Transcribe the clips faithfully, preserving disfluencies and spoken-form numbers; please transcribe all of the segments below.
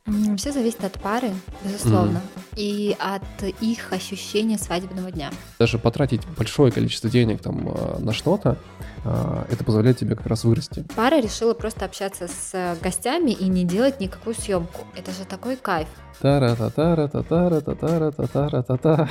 Все зависит от пары, безусловно, mm-hmm. и от их ощущения свадебного дня. Даже потратить большое количество денег там на что-то, это позволяет тебе как раз вырасти. Пара решила просто общаться с гостями и не делать никакую съемку. Это же такой кайф. Та-ра-та-та-ра-та-та-ра-та-та-ра-та-та.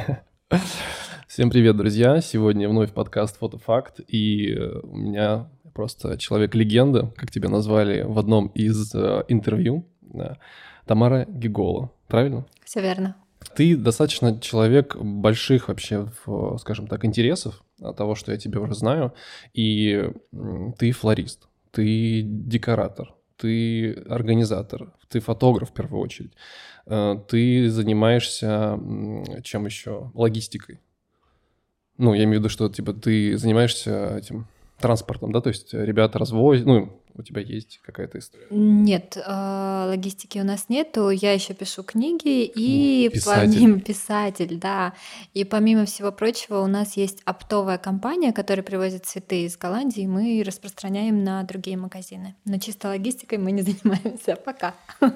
Всем привет, друзья! Сегодня вновь подкаст «Фотофакт», и у меня просто человек-легенда, как тебя назвали в одном из интервью, Тамара Гигола. Правильно? Все верно. Ты достаточно человек больших вообще, скажем так, интересов, от того, что я тебя уже знаю, и ты флорист, ты декоратор, ты организатор, ты фотограф в первую очередь, ты занимаешься чем еще? Логистикой. Ну, я имею в виду, что типа ты занимаешься этим транспортом, да, то есть ребята развозят, ну, у тебя есть какая-то история? Нет, логистики у нас нету. Я еще пишу книги и писатель. помимо писатель, да. И помимо всего прочего, у нас есть оптовая компания, которая привозит цветы из Голландии, и мы распространяем на другие магазины. Но чисто логистикой мы не занимаемся пока.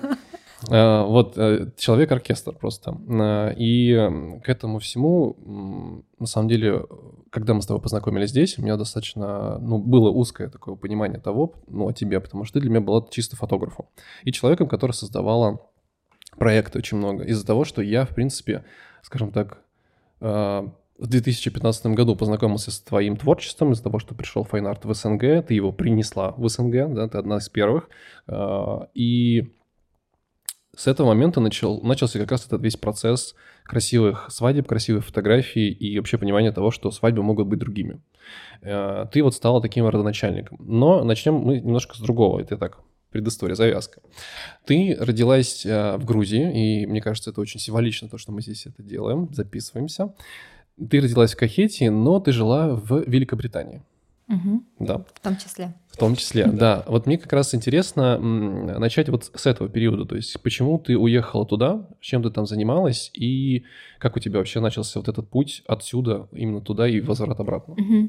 Вот человек-оркестр просто. И к этому всему, на самом деле, когда мы с тобой познакомились здесь, у меня достаточно, ну, было узкое такое понимание того, ну, о тебе, потому что ты для меня была чисто фотографом и человеком, который создавала проекты очень много. Из-за того, что я, в принципе, скажем так, в две тысячи пятнадцатом году познакомился с твоим творчеством, из-за того, что пришел Fine Art в СНГ, ты его принесла в СНГ, да, ты одна из первых, и с этого момента начал, начался как раз этот весь процесс красивых свадеб, красивых фотографий и вообще понимание того, что свадьбы могут быть другими. Ты вот стала таким родоначальником. Но начнем мы немножко с другого. Это так, предыстория, завязка. Ты родилась в Грузии, и мне кажется, это очень символично, то, что мы здесь это делаем, записываемся. Ты родилась в Кахетии, но ты жила в Великобритании. Угу. Да. В том числе. В том числе, да. Вот мне как раз интересно начать вот с этого периода. То есть почему ты уехала туда, чем ты там занималась, и как у тебя вообще начался вот этот путь отсюда именно туда и возврат обратно? Угу.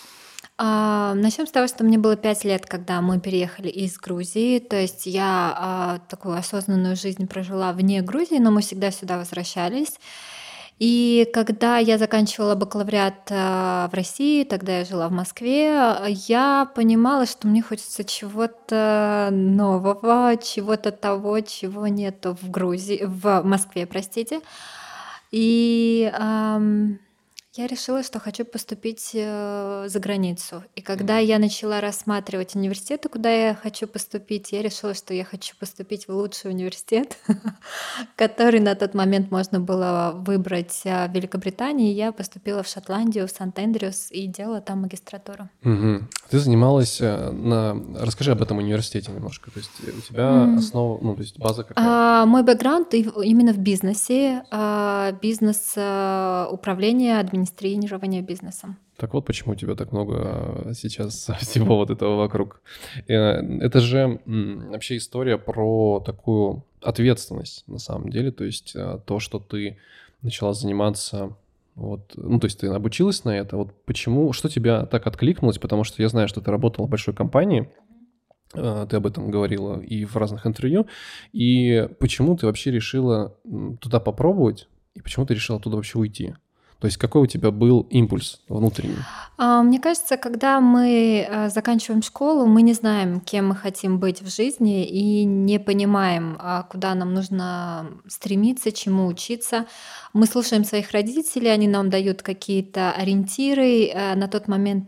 А, начнем с того, что мне было пять лет, когда мы переехали из Грузии. То есть я а, такую осознанную жизнь прожила вне Грузии, но мы всегда сюда возвращались. И когда я заканчивала бакалавриат в России, тогда я жила в Москве, я понимала, что мне хочется чего-то нового, чего-то того, чего нету в Грузии, в Москве, простите. И эм, я решила, что хочу поступить э, за границу. И когда я начала рассматривать университеты, куда я хочу поступить, я решила, что я хочу поступить в лучший университет, который на тот момент можно было выбрать в Великобритании. Я поступила в Шотландию, в Сент-Эндрюс и делала там магистратуру. Угу. Ты занималась на... Расскажи об этом университете немножко. То есть у тебя mm. основа, ну, то есть база какая? А, мой бэкграунд именно в бизнесе, а, бизнес, а, управление, администрирование бизнесом. Так вот, почему у тебя так много сейчас всего вот этого вокруг. Это же вообще история про такую ответственность на самом деле. То есть то, что ты начала заниматься, вот, ну, то есть ты обучилась на это. Вот почему, что тебя так откликнулось? Потому что я знаю, что ты работала в большой компании, ты об этом говорила и в разных интервью. И почему ты вообще решила туда попробовать? И почему ты решила туда вообще уйти? То есть какой у тебя был импульс внутренний? Мне кажется, когда мы заканчиваем школу, мы не знаем, кем мы хотим быть в жизни и не понимаем, куда нам нужно стремиться, чему учиться. Мы слушаем своих родителей, они нам дают какие-то ориентиры. На тот момент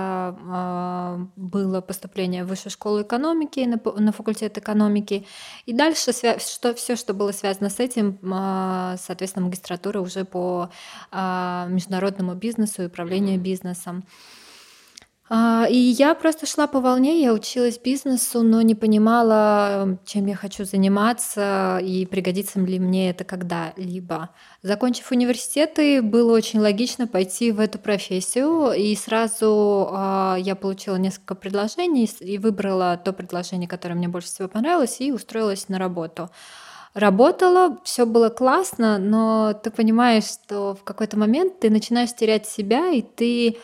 это было поступление в высшую школу экономики, на факультет экономики. И дальше что, все, что было связано с этим, соответственно, магистратура уже по международному бизнесу и управлению бизнесом. И я просто шла по волне, я училась бизнесу, но не понимала, чем я хочу заниматься и пригодится ли мне это когда-либо. Закончив университеты, было очень логично пойти в эту профессию, и сразу я получила несколько предложений и выбрала то предложение, которое мне больше всего понравилось, и устроилась на работу. Работала, все было классно, но ты понимаешь, что в какой-то момент ты начинаешь терять себя, и ты,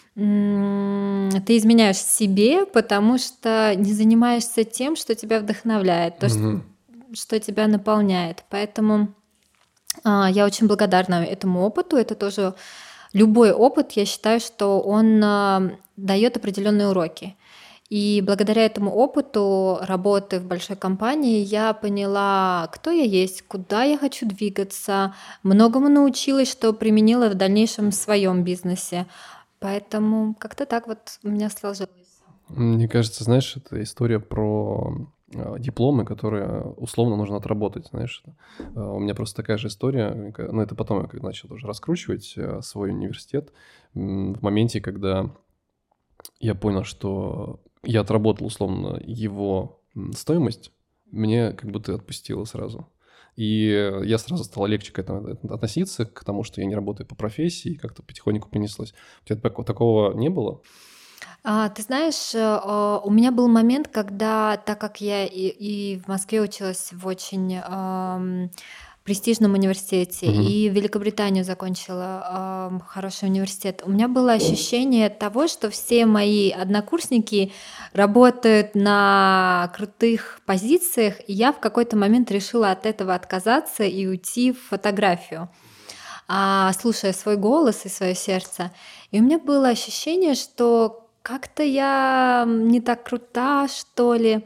ты изменяешь себе, потому что не занимаешься тем, что тебя вдохновляет. То, что, что тебя наполняет. Поэтому а, я очень благодарна этому опыту. Это тоже любой опыт, я считаю, что он а, дает определенные уроки. И благодаря этому опыту работы в большой компании я поняла, кто я есть, куда я хочу двигаться, многому научилась, что применила в дальнейшем в своем бизнесе. Поэтому как-то так вот у меня сложилось. Мне кажется, знаешь, это история про э, дипломы, которые условно нужно отработать, знаешь. Э, У меня просто такая же история, к- ну это потом я как начал уже раскручивать э, свой университет, м, в моменте, когда я понял, что я отработал условно его м, стоимость, мне как будто отпустило сразу. И э, я сразу стало легче к этому относиться, к тому, что я не работаю по профессии, и как-то потихоньку понеслось. У тебя тако- такого не было? А, ты знаешь, э, а, у меня был момент, когда, так как я и, и в Москве училась в очень ам, престижном университете, Мгм. и в Великобританию закончила ам, хороший университет, у меня было ощущение того, что все мои однокурсники работают на крутых позициях, и я в какой-то момент решила от этого отказаться и уйти в фотографию, а, слушая свой голос и свое сердце. И у меня было ощущение, что как-то я не так крута, что ли.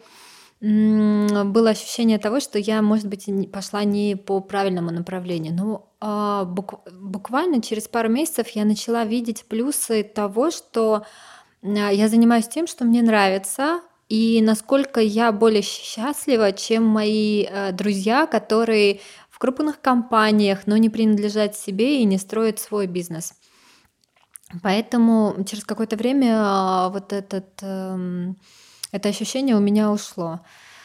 М, Было ощущение того, что я, может быть, и не- пошла не по правильному направлению. Но а, бук- буквально через пару месяцев я начала видеть плюсы того, что а, я занимаюсь тем, что мне нравится, и насколько я более счастлива, чем мои э, друзья, которые в крупных компаниях, но не принадлежат себе и не строят свой бизнес. Поэтому через какое-то время а, вот этот, эм, это ощущение у меня ушло.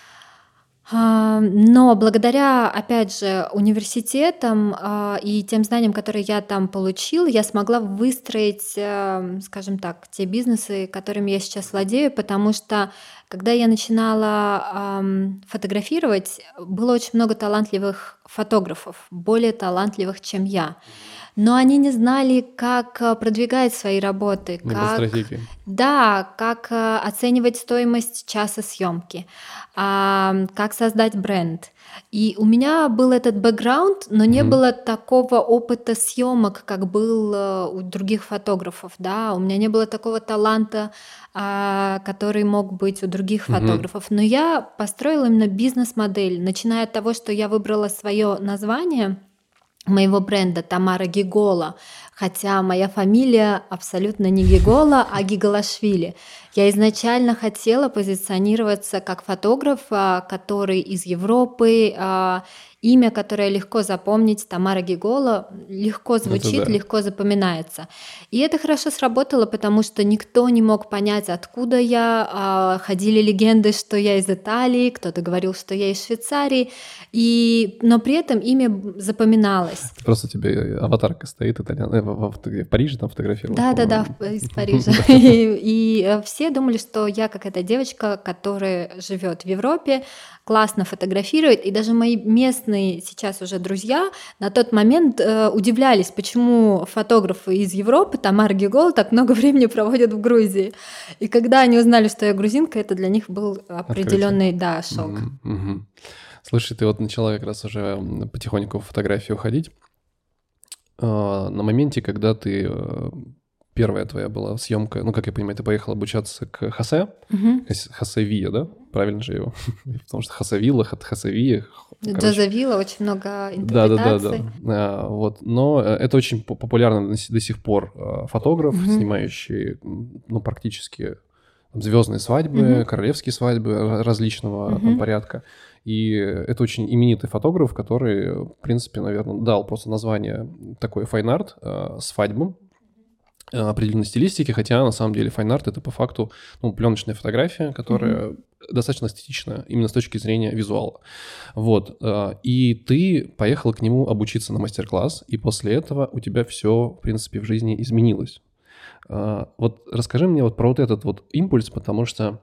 А, Но благодаря, опять же, университетам а, и тем знаниям, которые я там получила, я смогла выстроить, эм, скажем так, те бизнесы, которыми я сейчас владею, потому что когда я начинала ам, фотографировать, было очень много талантливых фотографов, более талантливых, чем я. Но они не знали, как а, продвигать свои работы, Не было как, стратегии. да, как а, оценивать стоимость часа съемки, а, как создать бренд. И у меня был этот бэкграунд, но не Мгм. было такого опыта съемок, как был э, у других фотографов, да. У меня не было такого таланта, а, который мог быть у других Мгм. фотографов. Но я построила именно бизнес-модель, начиная от того, что я выбрала свое название моего бренда Тамара Гигола, хотя моя фамилия абсолютно не Гигола, а Гиголашвили. Я изначально хотела позиционироваться как фотограф, а, который из Европы, а, имя, которое легко запомнить, Тамара Гигола, легко Это звучит, да. легко запоминается. И это хорошо сработало, потому что никто не мог понять, откуда я. а, Ходили легенды, что я из Италии, кто-то говорил, что я из Швейцарии, и, но при этом имя б- запоминалось. Просто тебе аватарка стоит итальян... э, в, в- в Париже там фотографировалась, Да-да-да, по-моему. в- из Парижа. И, и, э, все думали, что я какая-то девочка, которая живет в Европе, классно фотографирует. И даже мои местные сейчас уже друзья на тот момент э, удивлялись, почему фотографы из Европы, Тамара Гигол, так много времени проводят в Грузии. И когда они узнали, что я грузинка, это для них был Открытие. определенный, да, шок. Мгм, мгм. Слушай, ты вот начала как раз уже м, потихоньку в фотографию уходить. А, На моменте, когда ты... э, Первая твоя была съемка, ну, как я понимаю, ты поехал обучаться к Хосе, Мгм. Хос- Хосе Вия, да? Правильно же его? Потому что Хосе Вилла, Хот- Хосе Вия, х- короче. Джазавилла, очень много Да-да-да-да. интерпретаций. А, Вот. Но э, это очень по- популярный до сих до сих пор э, фотограф, Мгм. снимающий, м, ну, практически звездные свадьбы, Мгм. королевские свадьбы ра- различного там Мгм. порядка. И это очень именитый фотограф, который, в принципе, наверное, дал просто название такой файн-арт э, свадьбам э, определенной стилистики, хотя на самом деле файн-арт — это по факту, ну, пленочная фотография, Мгм. которая достаточно эстетична именно с точки зрения визуала. Вот. э, И ты поехал к нему обучиться на мастер-класс, и после этого у тебя все, в принципе, в жизни изменилось. А, Вот расскажи мне вот про вот этот вот импульс, потому что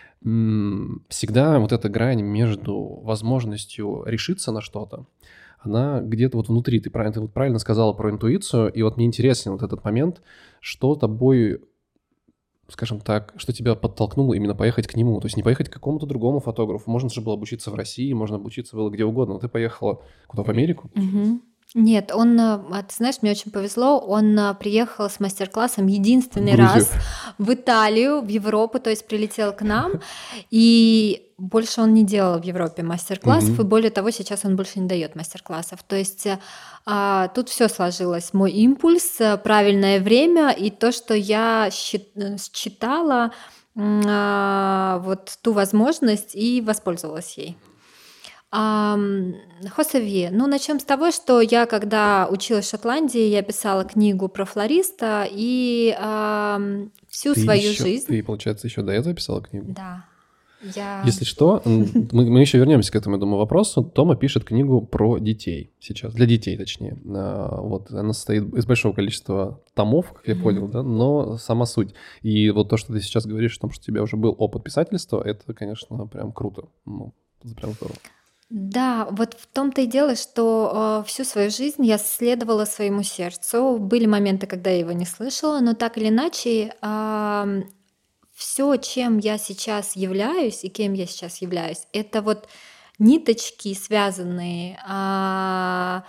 м, всегда вот эта грань между возможностью решиться на что-то, она где-то вот внутри. Ты правильно, ты вот правильно сказала про интуицию, и вот мне интересен вот этот момент, что тобой скажем так, что тебя подтолкнуло именно поехать к нему? То есть не поехать к какому-то другому фотографу. Можно же было обучиться в России, можно обучиться было где угодно. Но ты поехала куда, в Америку? Мгм. Нет, он, а, а, ты знаешь, мне очень повезло, он а, приехал с мастер-классом В единственный Грузию. раз в Италию, в Европу, то есть прилетел к нам, и больше он не делал в Европе мастер-классов, и Мгм. более того, сейчас он больше не дает мастер-классов. То есть э, а, тут все сложилось, мой импульс, э, правильное время и то, что я счит- э, считала м, а, вот ту возможность и воспользовалась ей. Ам, Хосевье. Ну, начнем с того, что я, когда училась в Шотландии, я писала книгу про флориста, и ам, всю Ты свою еще, жизнь, ты, получается, еще до этого писала книгу? да, я... Если что, м, мы, мы еще вернемся к этому, я думаю, вопросу. Тома пишет книгу про детей сейчас, для детей, точнее. А, Вот она состоит из большого количества томов, как я Мгм. понял, да, но сама суть. И вот то, что ты сейчас говоришь, о том, что у тебя уже был опыт писательства, это, конечно, прям круто. Ну, это прям здорово. Да, вот в том-то и дело, что э, всю свою жизнь я следовала своему сердцу. Были моменты, когда я его не слышала, но так или иначе, все, чем я сейчас являюсь и кем я сейчас являюсь, это вот ниточки, связанные а,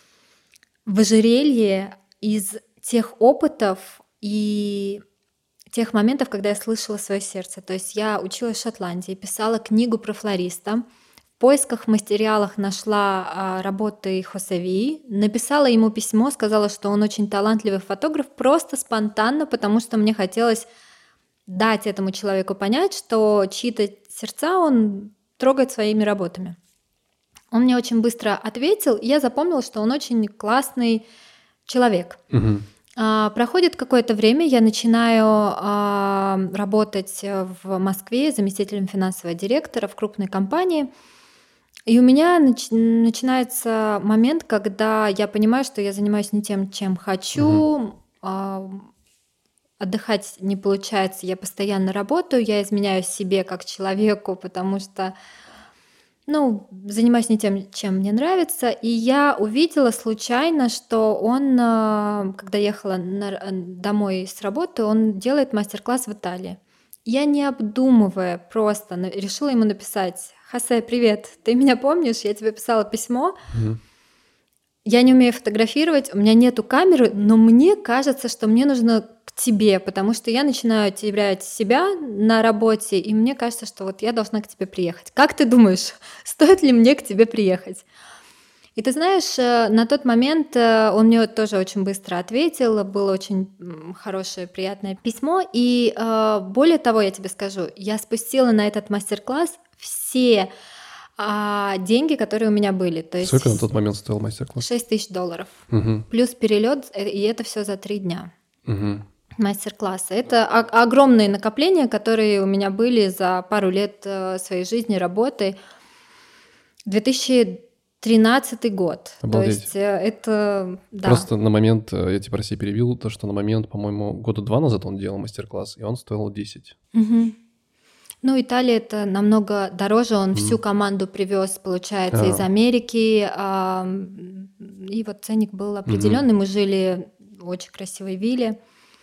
в ожерелье из тех опытов и тех моментов, когда я слышала свое сердце. То есть я училась в Шотландии, писала книгу про флориста, в поисках, в материалах нашла а, работы Хосевии, написала ему письмо, сказала, что он очень талантливый фотограф, просто спонтанно, потому что мне хотелось дать этому человеку понять, что чьи-то сердца он трогает своими работами. Он мне очень быстро ответил, и я запомнила, что он очень классный человек. Мгм. А, Проходит какое-то время, я начинаю а, работать в Москве заместителем финансового директора в крупной компании. И у меня нач- начинается момент, когда я понимаю, что я занимаюсь не тем, чем Мгм. хочу, а, отдыхать не получается, я постоянно работаю, я изменяю себе как человеку, потому что, ну, занимаюсь не тем, чем мне нравится. И я увидела случайно, что он, а, когда ехала на р- домой с работы, он делает мастер-класс в Италии. Я, не обдумывая, просто на- решила ему написать: «Хосе, привет, ты меня помнишь? Я тебе писала письмо, Мгм. я не умею фотографировать, у меня нету камеры, но мне кажется, что мне нужно к тебе, потому что я начинаю терять себя на работе, и мне кажется, что вот я должна к тебе приехать. Как ты думаешь, стоит ли мне к тебе приехать?» И ты знаешь, э, на тот момент э, он мне тоже очень быстро ответил, было очень м, хорошее, приятное письмо. И э, более того, я тебе скажу, я спустила на этот мастер-класс все а, деньги, которые у меня были. То есть Сколько на тот вс- момент стоил мастер-класс? шесть тысяч долларов. Мгм. Плюс перелет, э, и это все за три дня Мгм. мастер-класса. Это о- огромные накопления, которые у меня были за пару лет э, своей жизни, работы. две тысячи тринадцатый год. То Обалдеть. есть э, это, да. Просто на момент, э, я тебя, прости, перебил, то, что на момент, по-моему, года два назад он делал мастер-класс, и он стоил десять. Мгм. Ну, Италия это намного дороже. Он всю Мгм. команду привез, получается, из А, Америки. а, м, И вот ценник был мгм. определенный. Мы жили в очень красивой вилле.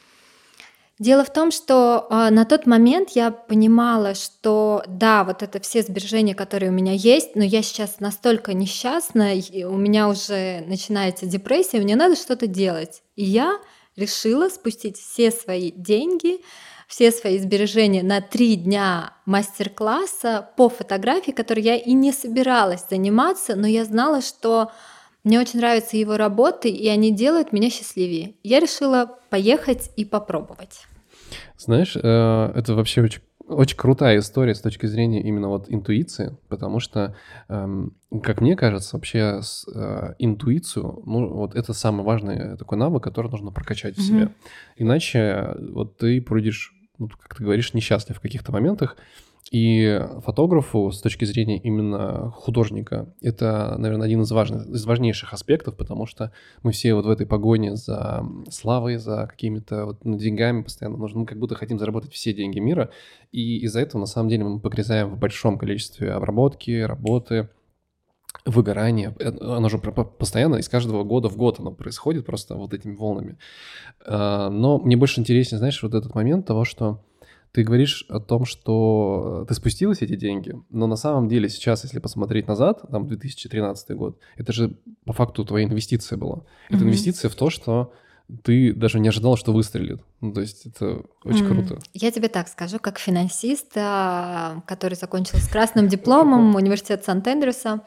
Дело в том, что а, на тот момент я понимала, что да, вот это все сбережения, которые у меня есть, но я сейчас настолько несчастна, и у меня уже начинается депрессия, мне надо что-то делать. И я решила спустить все свои деньги, все свои сбережения на три дня мастер-класса по фотографии, который я и не собиралась заниматься, но я знала, что мне очень нравятся его работы, и они делают меня счастливее. Я решила поехать и попробовать. Знаешь, э, это вообще очень, очень крутая история с точки зрения именно вот интуиции, потому что, эм, как мне кажется, вообще с, э, интуицию, ну, вот это самый важный такой навык, который нужно прокачать в себе. Мгм. Иначе э, вот ты будешь, ну, как ты говоришь, несчастлив в каких-то моментах. И фотографу с точки зрения именно художника это, наверное, один из важных, из важнейших аспектов, потому что мы все вот в этой погоне за славой, за какими-то вот ну, деньгами постоянно нужно, мы как будто хотим заработать все деньги мира, и из-за этого на самом деле мы погрязаем в большом количестве обработки, работы, выгорание, э, оно же про- по- постоянно из каждого года в год оно происходит просто вот этими волнами. А, Но мне больше интереснее, знаешь, вот этот момент того, что ты говоришь о том, что ты спустилась эти деньги, но на самом деле сейчас, если посмотреть назад, там две тысячи тринадцатый год, это же по факту твоя инвестиция была. Это Мгм. инвестиция в то, что ты даже не ожидал, что выстрелит. Ну, то есть это очень М, круто. Я тебе так скажу, как финансист, а, который закончил с красным дипломом университет Сант-Эндрюса,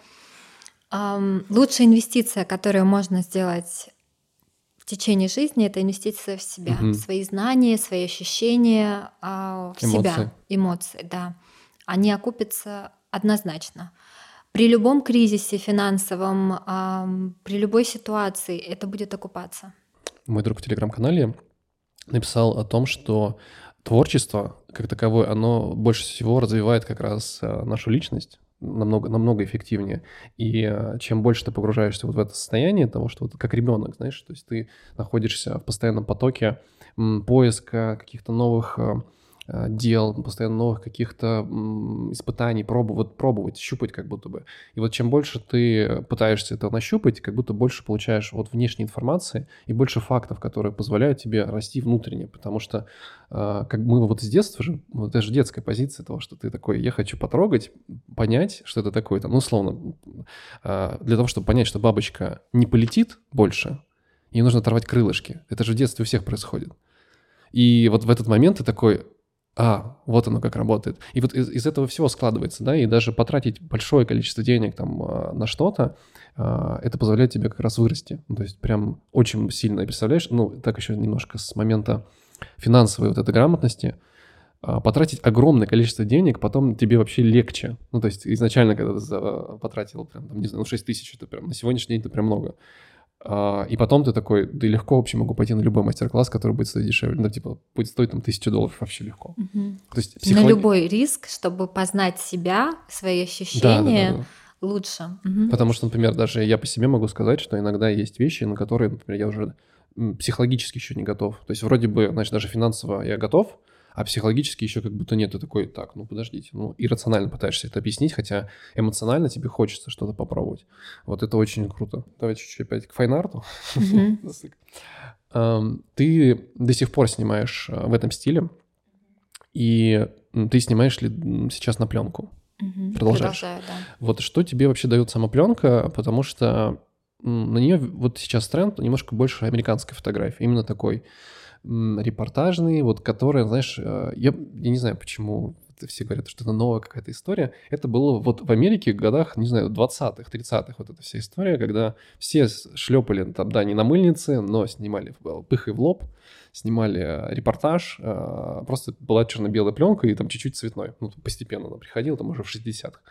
ам, лучшая инвестиция, которую можно сделать в течение жизни, это инвестиция в себя, в Мгм. свои знания, свои ощущения, а, в Эмоции. себя, эмоции, да. Они окупятся однозначно. При любом кризисе финансовом, ам, при любой ситуации это будет окупаться. Мой друг в телеграм-канале написал о том, что творчество, как таковое, оно больше всего развивает как раз э, нашу личность намного, намного эффективнее. И э, чем больше ты погружаешься вот в это состояние того, что вот как ребенок, знаешь, то есть ты находишься в постоянном потоке м, поиска каких-то новых э, э, дел, постоянно новых каких-то м, испытаний, пробовать, пробовать, щупать как будто бы. И вот чем больше ты пытаешься это нащупать, как будто больше получаешь вот внешней информации и больше фактов, которые позволяют тебе расти внутренне, потому что э, как мы вот с детства же, вот это же детская позиция того, что ты такой, я хочу потрогать, понять, что это такое, там, ну, условно, э, для того, чтобы понять, что бабочка не полетит больше, ей нужно оторвать крылышки. Это же в детстве у всех происходит. И вот в этот момент ты такой, а, вот оно как работает. И вот из, из этого всего складывается, да, и даже потратить большое количество денег там а, на что-то, а, это позволяет тебе как раз вырасти. Ну, то есть прям очень сильно, представляешь, ну, так еще немножко с момента финансовой вот этой грамотности, а, потратить огромное количество денег, потом тебе вообще легче. Ну, то есть изначально, когда ты за- потратил, прям, там, не знаю, ну, шесть тысяч, это прям на сегодняшний день это прям много. А, И потом ты такой, да и легко вообще могу пойти на любой мастер-класс, который будет стоить дешевле. Ну, типа, будет стоить там тысячу долларов вообще легко. Мгм. То есть На психолог... любой риск, чтобы познать себя, свои Да, да, да, ощущения да. лучше. Мгм. Потому что, например, даже я по себе могу сказать, что иногда есть вещи, на которые, например, я уже м, психологически еще не готов. То есть вроде бы, значит, даже финансово я готов, а психологически еще как будто нет. Ты такой, так, ну подождите, ну иррационально пытаешься это объяснить, хотя эмоционально тебе хочется что-то попробовать. Вот это очень круто. Давай чуть-чуть опять к файн-арту. Мгм. Засык. Ам, Ты до сих пор снимаешь а, в этом стиле, и м, ты снимаешь ли м, сейчас на пленку? Мгм. Продолжаешь. Продолжаю, да. Вот что тебе вообще дает сама пленка, потому что м, на нее вот сейчас тренд немножко больше американской фотографии, именно такой м, репортажный, вот которая, знаешь, э, я, я не знаю, почему это все говорят, что это новая какая-то история. Это было вот в Америке в годах, не знаю, двадцатых, тридцатых, вот эта вся история, когда все шлепали там, да, не на мыльнице, но снимали в- пыхой в лоб, снимали э, репортаж, э, просто была черно-белая пленка и там чуть-чуть цветной. Ну, постепенно она приходила, там уже в шестидесятых.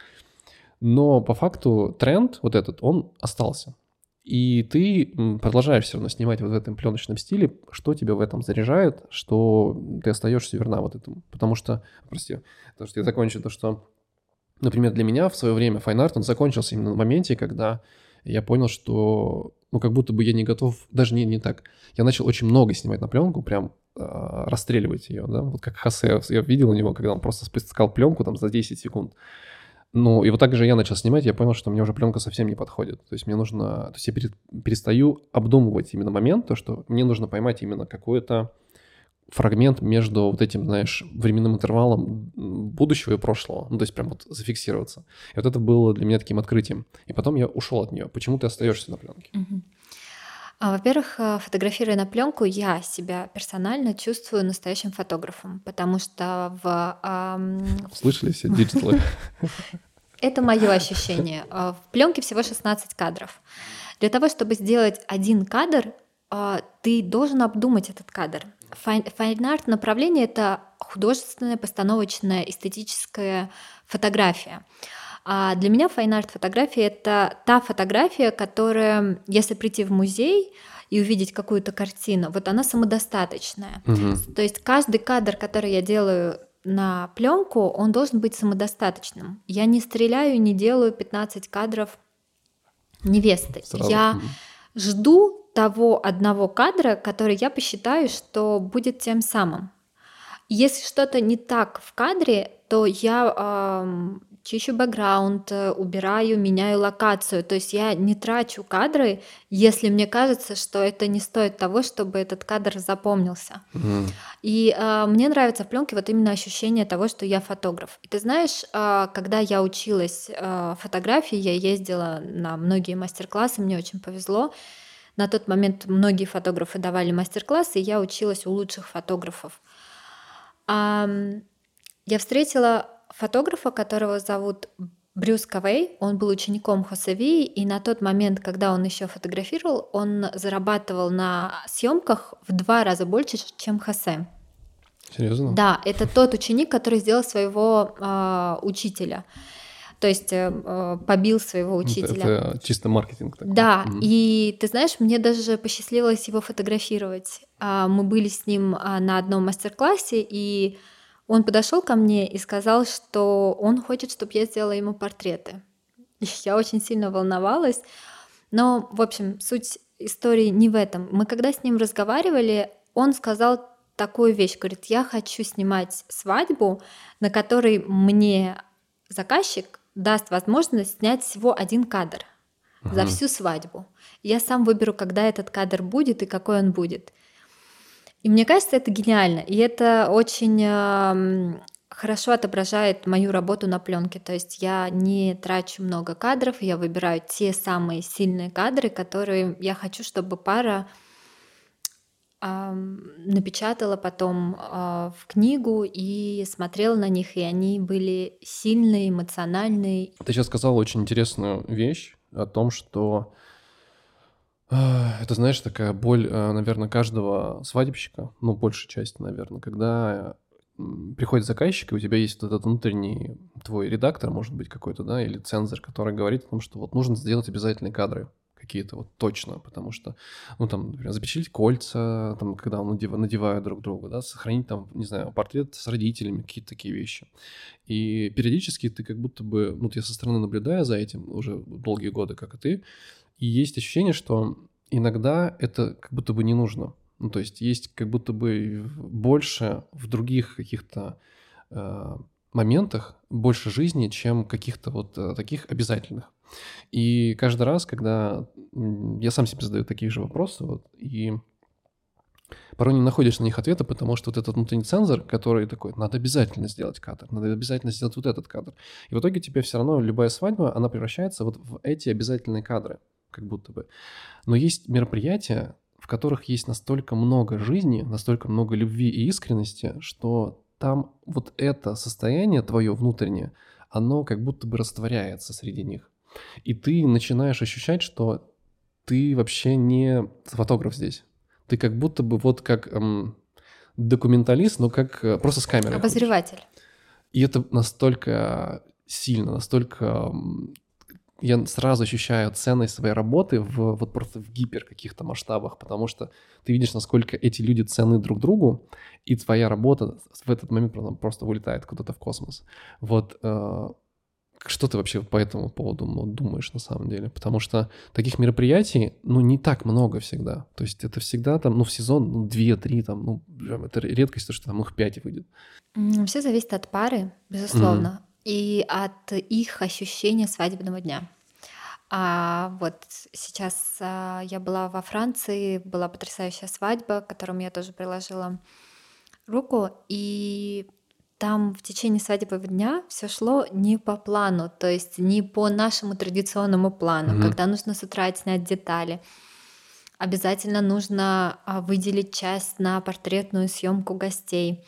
Но по факту тренд вот этот, он остался. И ты м, продолжаешь все равно снимать вот в этом пленочном стиле. Что тебя в этом заряжает, что ты остаешься верна вот этому. Потому что, прости, потому что я закончу то, что, например, для меня в свое время файн-арт, он закончился именно на моменте, когда я понял, что, ну, как будто бы я не готов, даже не, не так. Я начал очень много снимать на пленку, прям а, расстреливать ее, да, вот как Хосе, я видел у него, когда он просто спускал пленку там за десять секунд. Ну, и вот так же я начал снимать, я понял, что мне уже пленка совсем не подходит. То есть мне нужно... То есть я пере- перестаю обдумывать именно момент, то, что мне нужно поймать именно какой-то фрагмент между вот этим, знаешь, временным интервалом м, будущего и прошлого. Ну, то есть прям вот зафиксироваться. И вот это было для меня таким открытием. И потом я ушел от нее. Почему ты остаешься на пленке? Мгм. А, Во-первых, а, фотографируя на пленку, я себя персонально чувствую настоящим фотографом, потому что в, ам, Слышали все диджиталы? это мое ощущение. А, В пленке всего шестнадцать кадров. Для того, чтобы сделать один кадр, а, ты должен обдумать этот кадр. Файн- Файн-арт направление — это художественная, постановочная, эстетическая фотография. А для меня файн-арт фотография — это та фотография, которая, если прийти в музей и увидеть какую-то картину, вот она самодостаточная. Мгм. То есть каждый кадр, который я делаю на пленку, он должен быть самодостаточным. Я не стреляю, не делаю пятнадцать кадров невесты. Сразу. Я Мгм. жду того одного кадра, который я посчитаю, что будет тем самым. Если что-то не так в кадре, то я ам, чищу бэкграунд, э, убираю, меняю локацию. То есть я не трачу кадры, если мне кажется, что это не стоит того, чтобы этот кадр запомнился. Мгм. И а, мне нравится в пленке вот именно ощущение того, что я фотограф. И ты знаешь, а, когда я училась а, фотографии, я ездила на многие мастер-классы, мне очень повезло. На тот момент многие фотографы давали мастер-классы, и я училась у лучших фотографов. Ам, Я встретила фотографа, которого зовут Брюс Кавей. Он был учеником Хосеви, и на тот момент, когда он еще фотографировал, он зарабатывал на съемках в два раза больше, чем Хосе. Серьезно? Да, это тот ученик, который сделал своего а, учителя. То есть э, э, побил своего Это, учителя. это чисто маркетинг такой. Да, Мгм. и ты знаешь, мне даже посчастливилось его фотографировать. А, Мы были с ним а, на одном мастер-классе, и он подошел ко мне и сказал, что он хочет, чтобы я сделала ему портреты. И я очень сильно волновалась. Но, в общем, суть истории не в этом. Мы когда с ним разговаривали, он сказал такую вещь, говорит, я хочу снимать свадьбу, на которой мне заказчик даст возможность снять всего один кадр за Мгм. всю свадьбу. Я сам выберу, когда этот кадр будет и какой он будет. И мне кажется, это гениально. И это очень ам, хорошо отображает мою работу на пленке. То есть я не трачу много кадров, я выбираю те самые сильные кадры, которые я хочу, чтобы пара ам, напечатала потом а, в книгу и смотрела на них, и они были сильные, эмоциональные. Ты сейчас сказала очень интересную вещь о том, что а, это, знаешь, такая боль, наверное, каждого свадебщика, ну, большей части, наверное, когда м, приходит заказчик, и у тебя есть вот этот внутренний твой редактор, может быть, какой-то, да, или цензор, который говорит о том, что вот нужно сделать обязательные кадры какие-то вот точно, потому что, ну, там, например, запечатлеть кольца, там, когда он надев- надевают друг друга, да, сохранить там, не знаю, портрет с родителями, какие-то такие вещи. И периодически ты как будто бы, ну, вот я со стороны наблюдаю за этим уже долгие годы, как и ты, и есть ощущение, что иногда это как будто бы не нужно. Ну, то есть есть как будто бы больше в других каких-то э, моментах больше жизни, чем каких-то вот э, таких обязательных. И каждый раз, когда м, я сам себе задаю такие же вопросы, вот, и порой не находишь на них ответа, потому что вот этот внутренний цензор, который такой, надо обязательно сделать кадр, надо обязательно сделать вот этот кадр. И в итоге тебе все равно любая свадьба, она превращается вот в эти обязательные кадры, как будто бы. Но есть мероприятия, в которых есть настолько много жизни, настолько много любви и искренности, что там вот это состояние твое внутреннее, оно как будто бы растворяется среди них. И ты начинаешь ощущать, что ты вообще не фотограф здесь. Ты как будто бы вот как эм, документалист, но как э, просто с камерой ходишь. Обозреватель. И это настолько сильно, настолько... м, Я сразу ощущаю ценность своей работы в, вот просто в гипер каких-то масштабах, потому что ты видишь, насколько эти люди ценны друг другу, и твоя работа в этот момент просто просто вылетает куда-то в космос. Вот э, что ты вообще по этому поводу ну, думаешь на самом деле? Потому что таких мероприятий, ну, не так много всегда. То есть это всегда там, ну, в сезон, ну, две-три там, ну, прям это редкость, то, что там их пять выйдет. Все зависит от пары, Мгм. безусловно, и от их ощущения свадебного дня. А вот сейчас а, я была во Франции, была потрясающая свадьба, к которому я тоже приложила руку, и там в течение свадебного дня все шло не по плану, то есть не по нашему традиционному плану, Мгм. когда нужно с утра снять детали. Обязательно нужно а, выделить час на портретную съемку гостей,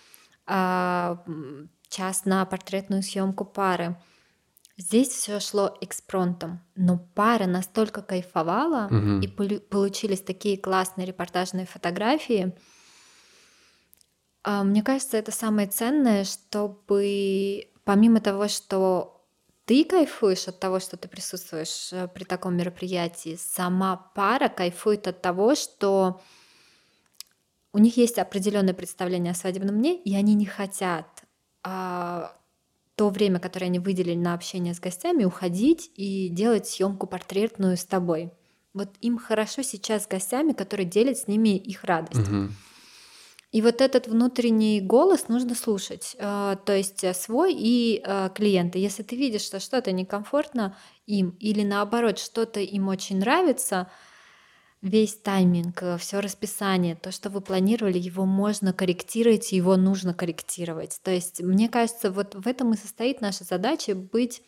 а, м, час на портретную съемку пары. Здесь все шло экспромтом, но пара настолько кайфовала, и Мгм. полю- получились такие классные репортажные фотографии. А, Мне кажется, это самое ценное, чтобы помимо того, что ты кайфуешь от того, что ты присутствуешь э, при таком мероприятии, сама пара кайфует от того, что у них есть определенное представление о свадебном дне, и они не хотят а, то время, которое они выделили на общение с гостями, уходить и делать съемку портретную с тобой. Вот им хорошо сейчас с гостями, которые делят с ними их радость. Мгм. И вот этот внутренний голос нужно слушать, э, то есть э, свой и э, клиента. Если ты видишь, что что-то некомфортно им или наоборот что-то им очень нравится, весь тайминг, все расписание, то, что вы планировали, его можно корректировать, и его нужно корректировать. То есть, мне кажется, вот в этом и состоит наша задача быть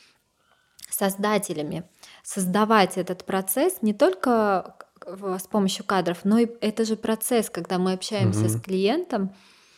создателями, создавать этот процесс не только к- в- с помощью кадров, но и это же процесс, когда мы общаемся с Мгм. клиентом,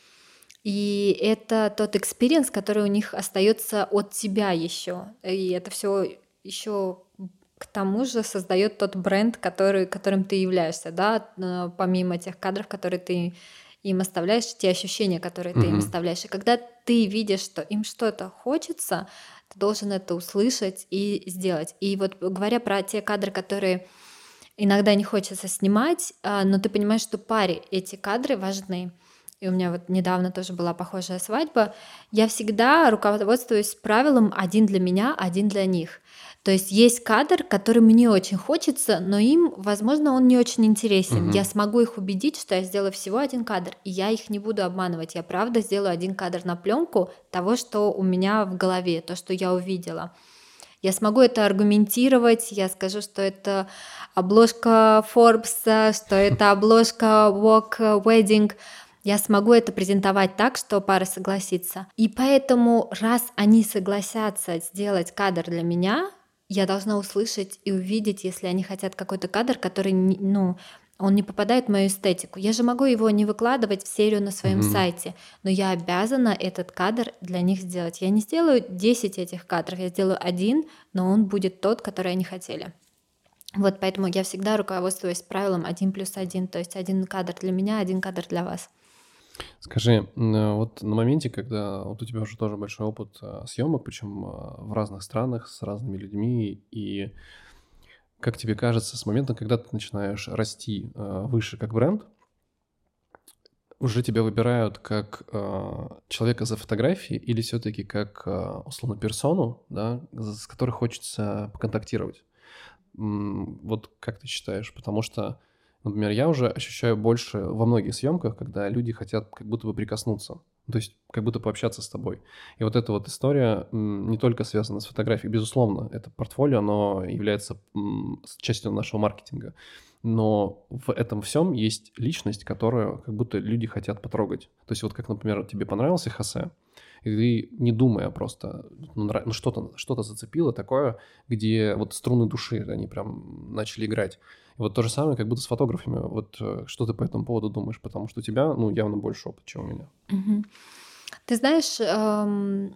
и это тот экспириенс, который у них остается от тебя еще. И это все еще к тому же создает тот бренд, который, которым ты являешься, да, э, помимо тех кадров, которые ты им оставляешь, те ощущения, которые ты им Мгм. оставляешь. И когда ты видишь, что им что-то хочется, ты должен это услышать и сделать. И вот говоря про те кадры, которые иногда не хочется снимать, а, но ты понимаешь, что паре эти кадры важны. И у меня вот недавно тоже была похожая свадьба. Я всегда руководствуюсь правилом один для меня, один для них. То есть есть кадр, который мне очень хочется, но им, возможно, он не очень интересен. Я Мгм. смогу их убедить, что я сделаю всего один кадр, и я их не буду обманывать. Я правда сделаю один кадр на пленку того, что у меня в голове, то, что я увидела. Я смогу это аргументировать, я скажу, что это обложка Forbes, что это обложка Walk Wedding. Я смогу это презентовать так, что пара согласится. И поэтому, раз они согласятся сделать кадр для меня, я должна услышать и увидеть, если они хотят какой-то кадр, который, не- ну, он не попадает в мою эстетику. Я же могу его не выкладывать в серию на своем Мгм. сайте, но я обязана этот кадр для них сделать. Я не сделаю десять этих кадров, я сделаю один, но он будет тот, который они хотели. Вот поэтому я всегда руководствуюсь правилом один плюс один, то есть один кадр для меня, один кадр для вас. Скажи, м, э, вот на моменте, когда вот у тебя уже тоже большой опыт а, съемок, причем а, в разных странах с разными людьми, и как тебе кажется, с момента, когда ты начинаешь расти а, выше как бренд, уже тебя выбирают как а, человека за фотографией или все-таки как а, условно персону, да, за- с которой хочется поконтактировать? М, Вот как ты считаешь? Потому что, например, я уже ощущаю больше во многих съемках, когда люди хотят как будто бы прикоснуться, то есть как будто пообщаться с тобой. И вот эта вот история м, не только связана с фотографией, безусловно, это портфолио, оно является м, с частью нашего маркетинга. Но в этом всем есть личность, которую как будто люди хотят потрогать. То есть вот как, например, тебе понравился Хосе, и ты, не думая просто, ну, нрав- ну, что-то, что-то зацепило такое, где вот струны души, они прям начали играть. И вот то же самое, как будто с фотографами. Вот э, что ты по этому поводу думаешь? Потому что у тебя, ну, явно больше опыта, чем у меня. Мгм. Ты знаешь, эм,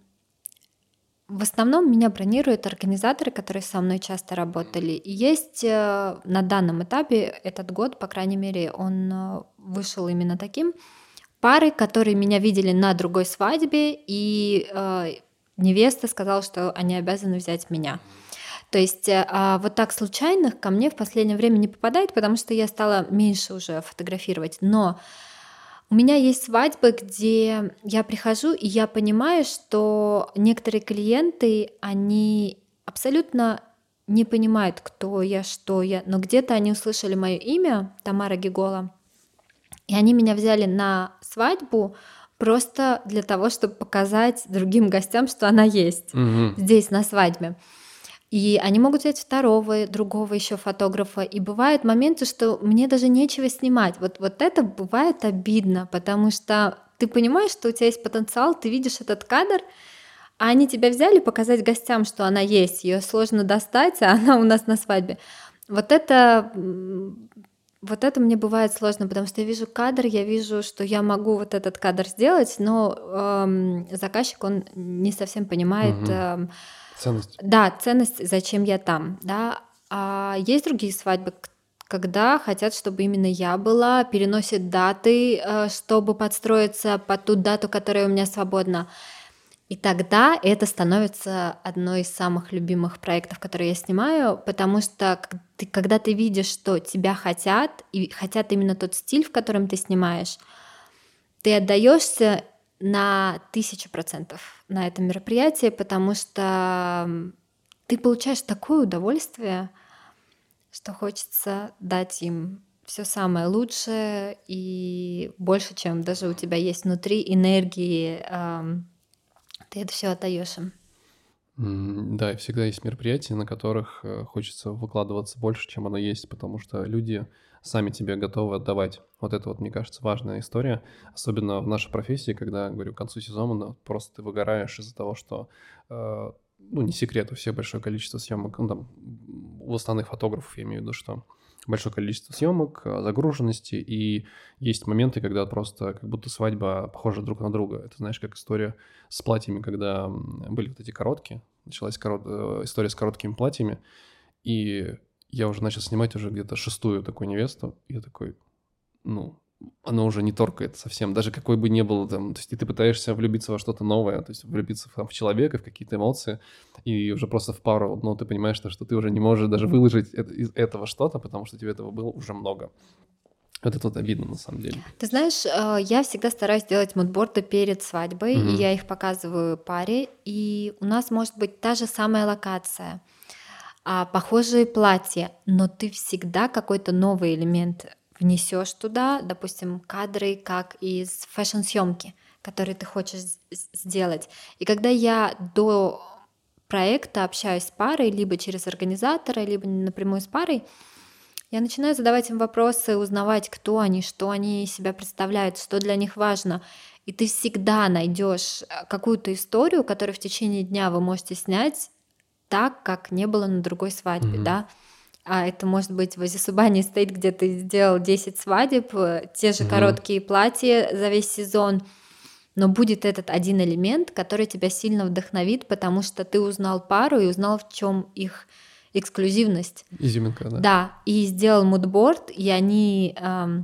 в основном меня бронируют организаторы, которые со мной часто работали. И есть э, на данном этапе этот год, по крайней мере, он э, вышел именно таким. Пары, которые меня видели на другой свадьбе, и э, невеста сказала, что они обязаны взять меня. То есть э, а вот так случайных ко мне в последнее время не попадает, потому что я стала меньше уже фотографировать. Но у меня есть свадьбы, где я прихожу, и я понимаю, что некоторые клиенты, они абсолютно не понимают, кто я, что я, но где-то они услышали мое имя, Тамара Гигола, и они меня взяли на свадьбу просто для того, чтобы показать другим гостям, что она есть Мгм. здесь, на свадьбе. И они могут взять второго, другого еще фотографа. И бывают моменты, что мне даже нечего снимать. Вот, вот это бывает обидно, потому что ты понимаешь, что у тебя есть потенциал, ты видишь этот кадр, а они тебя взяли показать гостям, что она есть, ее сложно достать, а она у нас на свадьбе. Вот это, м, вот это мне бывает сложно, потому что я вижу кадр, я вижу, что я могу вот этот кадр сделать, но эм, заказчик, он не совсем понимает, Мгм. эм, Ценность. да, ценность, зачем я там, да. А есть другие свадьбы, к- когда хотят, чтобы именно я была, переносят даты, э, чтобы подстроиться под ту дату, которая у меня свободна. И тогда это становится одной из самых любимых проектов, которые я снимаю, потому что к- ты, когда ты видишь, что тебя хотят, и хотят именно тот стиль, в котором ты снимаешь, ты отдаешься на тысячу процентов на это мероприятие, потому что м, ты получаешь такое удовольствие, что хочется дать им все самое лучшее и больше, чем даже у тебя есть внутри энергии, ам, ты это все отдаешь им. М, Да, и всегда есть мероприятия, на которых э, хочется выкладываться больше, чем оно есть, потому что люди сами тебе готовы отдавать. Вот это вот, мне кажется, важная история, особенно в нашей профессии, когда, говорю, к концу сезона ну, просто ты выгораешь из-за того, что, э, ну, не секрет, у всех большое количество съемок, ну, там, у основных фотографов, я имею в виду, что большое количество съемок, э, загруженности, и есть моменты, когда просто как будто свадьба похожа друг на друга. Это, знаешь, как история с платьями, когда м, были вот эти короткие, началась корот- э, история с короткими платьями, и я уже начал снимать уже где-то шестую такую невесту, и я такой, ну, оно уже не торкает совсем, даже какой бы ни был там, то есть и ты пытаешься влюбиться во что-то новое, то есть влюбиться в, там, в человека, в какие-то эмоции, и уже просто в пару, ну, ты понимаешь, что, что ты уже не можешь даже выложить это- из этого что-то, потому что тебе этого было уже много. Вот это вот обидно на самом деле. Ты знаешь, э, я всегда стараюсь делать мудборды перед свадьбой, и Мгм. я их показываю паре, и у нас может быть та же самая локация, а, похожие платья, но ты всегда какой-то новый элемент внесешь туда, допустим, кадры, как из фэшн-съемки, которые ты хочешь с- с- сделать. И когда я до проекта общаюсь с парой, либо через организатора, либо напрямую с парой, я начинаю задавать им вопросы, узнавать, кто они, что они из себя представляют, что для них важно. И ты всегда найдешь э, какую-то историю, которую в течение дня вы можете снять так, как не было на другой свадьбе, Мгм. да. А это может быть в Азисубане стоит, где ты сделал десять свадеб, э, те же Мгм. короткие платья за весь сезон, но будет этот один элемент, который тебя сильно вдохновит, потому что ты узнал пару и узнал, в чем их эксклюзивность. Изюминка, да. Да, и сделал мудборд, и они ам,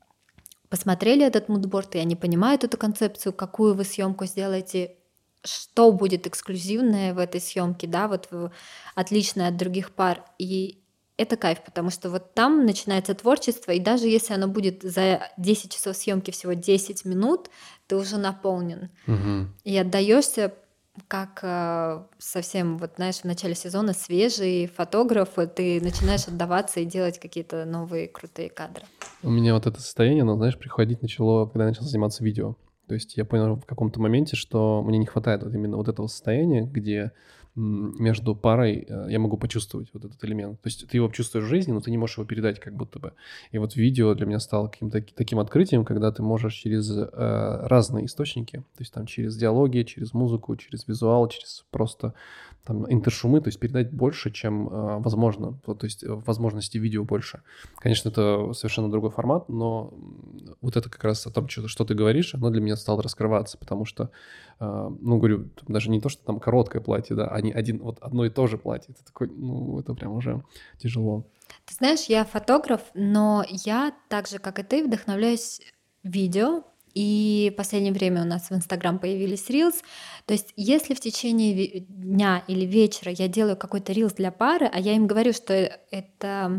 посмотрели этот мудборд, и они понимают эту концепцию, какую вы съемку сделаете, что будет эксклюзивное в этой съемке, да, вот в- отличное от других пар. И это кайф, потому что вот там начинается творчество, и даже если оно будет за десять часов съемки всего десять минут, ты уже наполнен. Мгм. И отдаешься как э, совсем, вот знаешь, в начале сезона свежий фотограф, и ты начинаешь отдаваться и делать какие-то новые крутые кадры. У меня вот это состояние, оно, знаешь, приходить начало, когда я начал заниматься видео. То есть я понял в каком-то моменте, что мне не хватает вот именно вот этого состояния, где м, между парой э, я могу почувствовать вот этот элемент. То есть ты его чувствуешь в жизни, но ты не можешь его передать как будто бы. И вот видео для меня стало каким-то таки- таким открытием, когда ты можешь через э, разные источники, то есть там через диалоги, через музыку, через визуал, через просто там интершумы, то есть передать больше, чем э, возможно. Вот, то есть э, возможности видео больше. Конечно, это совершенно другой формат, но м, вот это как раз о том, что, что ты говоришь, оно для меня стало раскрываться, потому что, э, ну, говорю, там даже не то, что там короткое платье, да, а не один, вот одно и то же платье. Это такой, ну, это прям уже тяжело. Ты знаешь, я фотограф, но я так же, как и ты, вдохновляюсь видео. И в последнее время у нас в Инстаграм появились Reels. То есть, если в течение ве- дня или вечера я делаю какой-то Reels для пары, а я им говорю, что э- это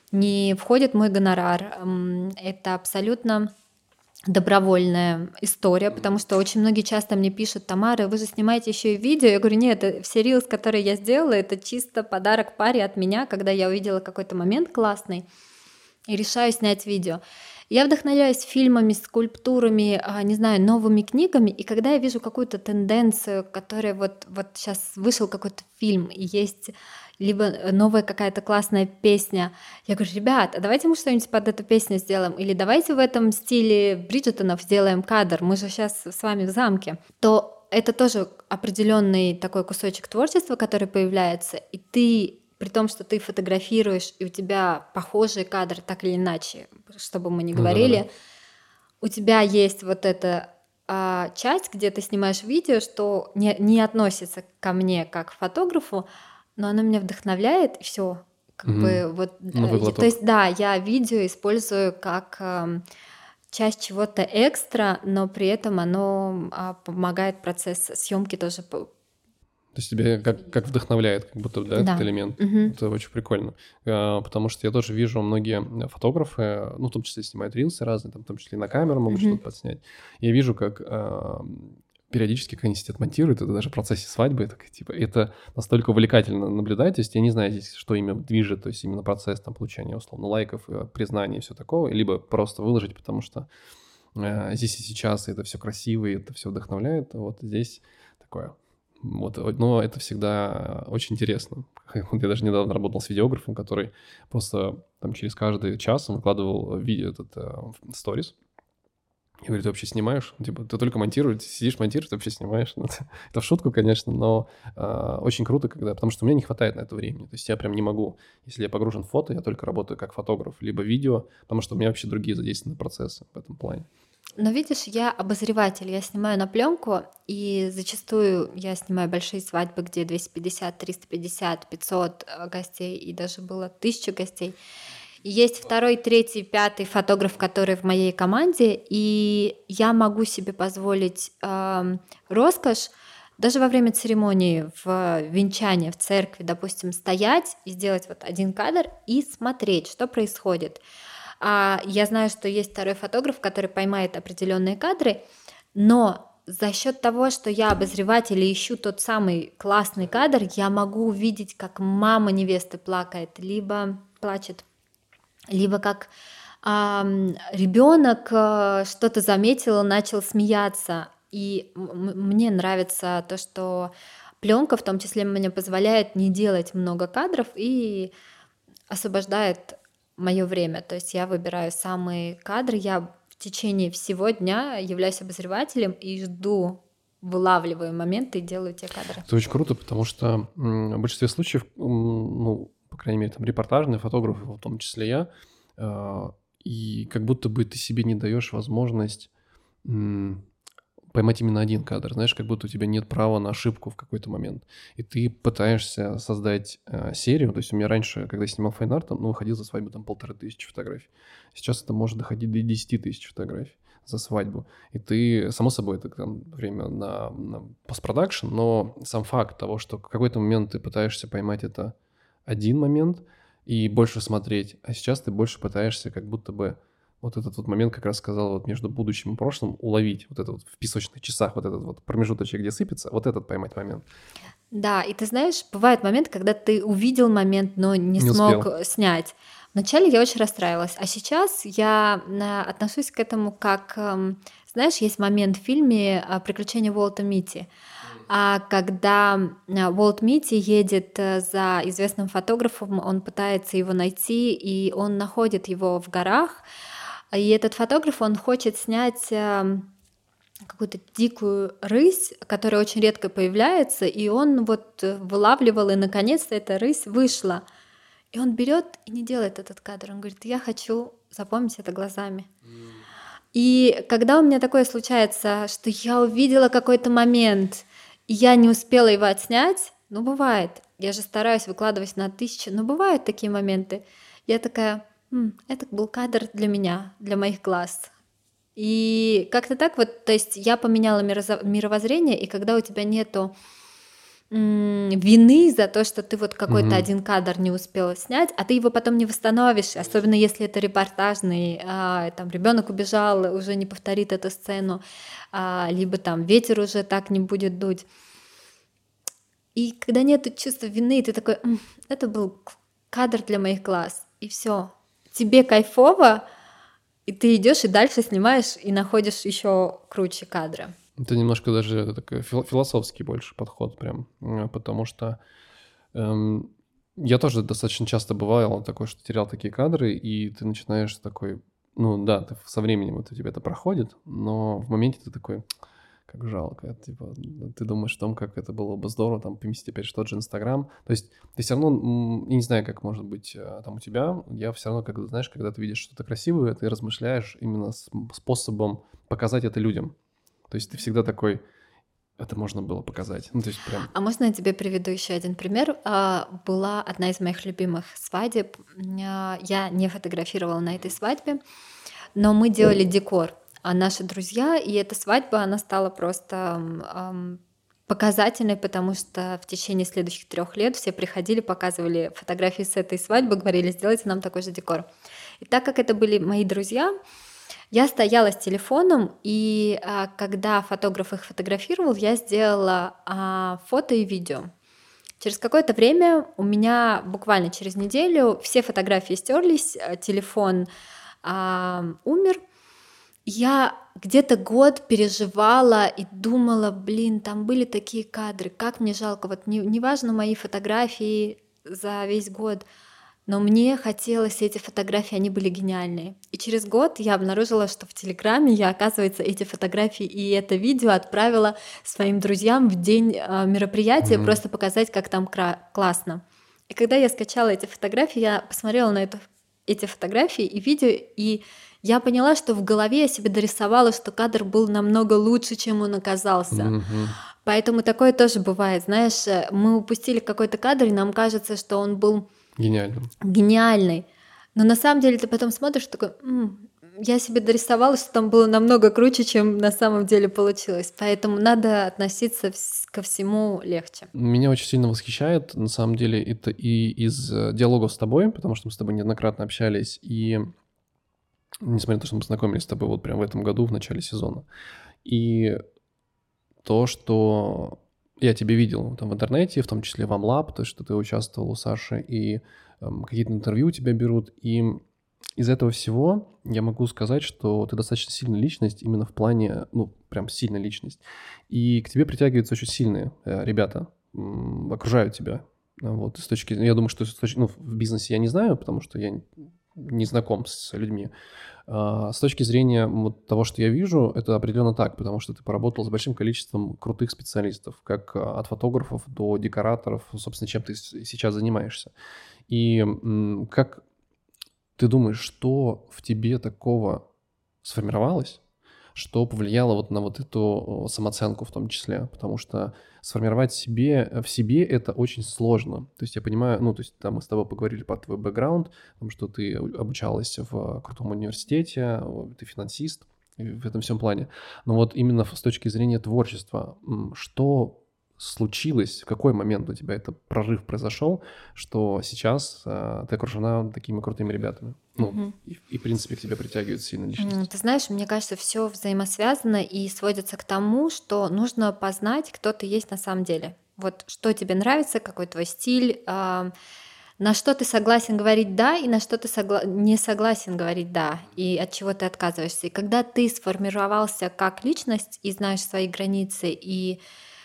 не входит в мой гонорар, м, это абсолютно добровольная история, потому что очень многие часто мне пишут: Тамара, вы же снимаете еще и видео. Я говорю: нет, это все рилс, которые я сделала, это чисто подарок паре от меня, когда я увидела какой-то момент классный и решаю снять видео. Я вдохновляюсь фильмами, скульптурами, а, не знаю, новыми книгами, и когда я вижу какую-то тенденцию, которая вот, вот сейчас вышел какой-то фильм, и есть либо э, новая какая-то классная песня, я говорю: ребят, а давайте мы что-нибудь под эту песню сделаем, или давайте в этом стиле Бриджертонов сделаем кадр, мы же сейчас с вами в замке, то это тоже определенный такой кусочек творчества, который появляется, и ты при том, что ты фотографируешь, и у тебя похожие кадры, так или иначе, что бы мы ни Ну да-да-да. говорили, у тебя есть вот эта а, часть, где ты снимаешь видео, что не, не относится ко мне как фотографу, но оно меня вдохновляет, и все. Как Мгм. бы вот, Новый э, я- то есть глоток. да, я видео использую как ам, часть чего-то экстра, но при этом оно а, помогает процесс съемки тоже. по- То есть тебя как, как вдохновляет, как будто, да, этот Да. элемент. Мгм. Это очень прикольно. А, потому что я тоже вижу многие э, фотографы, ну, в том числе снимают рилсы разные, там, в том числе и на камеру могут Мгм. что-то подснять. Я вижу, как а, периодически как они сидят, монтируют, это даже в процессе свадьбы, это, типа, это настолько увлекательно наблюдать, то есть я не знаю здесь, что именно движет, то есть именно процесс там получения, условно, лайков, признаний и все такого, либо просто выложить, потому что э, здесь и сейчас это все красиво, и это все вдохновляет, вот здесь такое. Вот, но это всегда очень интересно. Вот я даже недавно работал с видеографом, который просто там через каждый час он выкладывал видео, этот сторис. Я говорю, ты вообще снимаешь? Типа, ты только монтируешь, сидишь, монтируешь, ты вообще снимаешь. Ну, это, это в шутку, конечно, но э, очень круто, когда... Потому что у меня не хватает на это времени. То есть я прям не могу... Если я погружен в фото, я только работаю как фотограф, либо видео, потому что у меня вообще другие задействованы процессы в этом плане. Но видишь, я обозреватель, я снимаю на пленку, и зачастую я снимаю большие свадьбы, где двести пятьдесят, триста пятьдесят, пятьсот гостей, и даже было тысяча гостей. И есть второй, третий, пятый фотограф, который в моей команде, и я могу себе позволить э, роскошь даже во время церемонии в венчании в церкви, допустим, стоять и сделать вот один кадр и смотреть, что происходит. А я знаю, что есть второй фотограф, который поймает определенные кадры, но за счет того, что я обозреватель и ищу тот самый классный кадр, я могу увидеть, как мама невесты плакает, либо плачет, либо как а, ребенок а, что-то заметил, начал смеяться. И м- мне нравится то, что пленка в том числе мне позволяет не делать много кадров и освобождает мое время. То есть я выбираю самые кадры, я в течение всего дня являюсь обозревателем и жду, вылавливаю моменты и делаю те кадры. Это очень круто, потому что м, в большинстве случаев, м, ну, по крайней мере, там репортажные фотографы, в том числе я, э, и как будто бы ты себе не даешь возможность м, поймать именно один кадр, знаешь, как будто у тебя нет права на ошибку в какой-то момент. И ты пытаешься создать э, серию. То есть у меня раньше, когда я снимал файн-арт, там, ну, выходил за свадьбу там полторы тысячи фотографий. Сейчас это может доходить до десяти тысяч фотографий за свадьбу. И ты, само собой, это там время на, на постпродакшн, но сам факт того, что в какой-то момент ты пытаешься поймать это один момент и больше смотреть, а сейчас ты больше пытаешься как будто бы вот этот вот момент, как раз сказал, вот между будущим и прошлым уловить, вот это вот в песочных часах, вот этот вот промежуточек, где сыпется, вот этот поймать момент. Да, и ты знаешь, бывает момент, когда ты увидел момент, но не, Не смог успел. снять. Вначале я очень расстраивалась, а сейчас я а, отношусь к этому как, эм, знаешь, есть момент в фильме а, «Приключения Уолта Митти», а когда а, Уолт Митти едет э, за известным фотографом, он пытается его найти, и он находит его в горах, и этот фотограф, он хочет снять эм, какую-то дикую рысь, которая очень редко появляется, и он вот э, вылавливал, и наконец-то эта рысь вышла. И он берет и не делает этот кадр. Он говорит, я хочу запомнить это глазами. И когда у меня такое случается, что я увидела какой-то момент, и я не успела его отснять, ну бывает, я же стараюсь выкладывать на тысячи, но бывают такие моменты. Я такая, «М, это был кадр для меня, для моих глаз». И как-то так вот, то есть я поменяла мирозо- мировоззрение, и когда у тебя нету м, вины за то, что ты вот какой-то Мгм. один кадр не успела снять, а ты его потом не восстановишь, особенно если это репортажный, а, там ребенок убежал, уже не повторит эту сцену, а, либо там ветер уже так не будет дуть. И когда нет чувства вины, ты такой, «М, это был к- кадр для моих глаз, и все, тебе кайфово, и ты идешь и дальше снимаешь и находишь еще круче кадры. Это немножко даже такой фил- философский больше подход прям, э, потому что эм, я тоже достаточно часто бывало такое, что терял такие кадры, и ты начинаешь такой, ну да, ты со временем вот у тебя это проходит, но в моменте ты такой, как жалко, типа, ты думаешь о том, как это было бы здорово, там, поместить опять же тот же Инстаграм, то есть ты все равно, м, я не знаю, как может быть э, там у тебя, я все равно, как знаешь, когда ты видишь что-то красивое, ты размышляешь именно с- способом показать это людям, то есть ты всегда такой, это можно было показать, ну, то есть прям, А можно я тебе приведу еще один пример? А, Была одна из моих любимых свадеб. А, Я не фотографировала на этой свадьбе, но мы делали декор. А наши друзья, и эта свадьба, она стала просто м, ам, показательной, потому что в течение следующих трех лет все приходили, показывали фотографии с этой свадьбы, говорили, сделайте нам такой же декор. И так как это были мои друзья, Я стояла с телефоном, и а, когда фотограф их фотографировал, я сделала а, фото и видео. Через какое-то время у меня буквально через неделю все фотографии стерлись, а, телефон а, умер. Я где-то год переживала и думала, блин, там были такие кадры, как мне жалко, вот не, неважно мои фотографии за весь год, но мне хотелось эти фотографии, они были гениальные. И через год я обнаружила, что в Телеграме я, оказывается, эти фотографии и это видео отправила своим друзьям в день а, мероприятия, Мгм. просто показать, как там кра- классно. И когда я скачала эти фотографии, я посмотрела на это, эти фотографии и видео, и я поняла, что в голове я себе дорисовала, что кадр был намного лучше, чем он оказался. Мгм. Поэтому такое тоже бывает, знаешь, э, мы упустили какой-то кадр, и нам кажется, что он был Гениально. гениальный. Но на самом деле ты потом смотришь, такой, «М, я себе дорисовала, что там было намного круче, чем на самом деле получилось. Поэтому надо относиться вс- ко всему легче. Меня очень сильно восхищает, на самом деле, это и из э, диалогов с тобой, потому что мы с тобой неоднократно общались, и несмотря на то, что мы познакомились с тобой вот прям в этом году, в начале сезона, и то, что я тебя видел там в интернете, в том числе в Амлаб, то, что ты участвовал у Саши, и эм, какие-то интервью у тебя берут, и из этого всего я могу сказать, что ты достаточно сильная личность именно в плане, ну, прям сильная личность. И к тебе притягиваются очень сильные э, ребята, м, окружают тебя. А Вот, и с точки, я думаю, что с точки- ну, в бизнесе я не знаю, потому что я не знаком с людьми. А, С точки зрения вот того, что я вижу, это определенно так, потому что ты поработал с большим количеством крутых специалистов, как а, от фотографов до декораторов, собственно, чем ты с- сейчас занимаешься. И м, как ты думаешь, что в тебе такого сформировалось, что повлияло вот на вот эту э, самооценку в том числе? Потому что сформировать себе, э, в себе это очень сложно. То есть я понимаю, ну, то есть там мы с тобой поговорили про твой бэкграунд, потому что ты обучалась в крутом университете, э, ты финансист и в этом всем плане. Но вот именно с точки зрения творчества, м, что случилось, в какой момент у тебя это прорыв произошел, что сейчас э, ты окружена такими крутыми ребятами? Ну, Мгм. и, и, в принципе к тебе притягивает сильная М, личность. Ты знаешь, мне кажется, все взаимосвязано и сводится к тому, что нужно познать, кто ты есть на самом деле. Вот что тебе нравится, какой твой стиль, а, на что ты согласен говорить да, и на что ты согла- не согласен говорить да, и от чего ты отказываешься. И когда ты сформировался как личность и знаешь свои границы и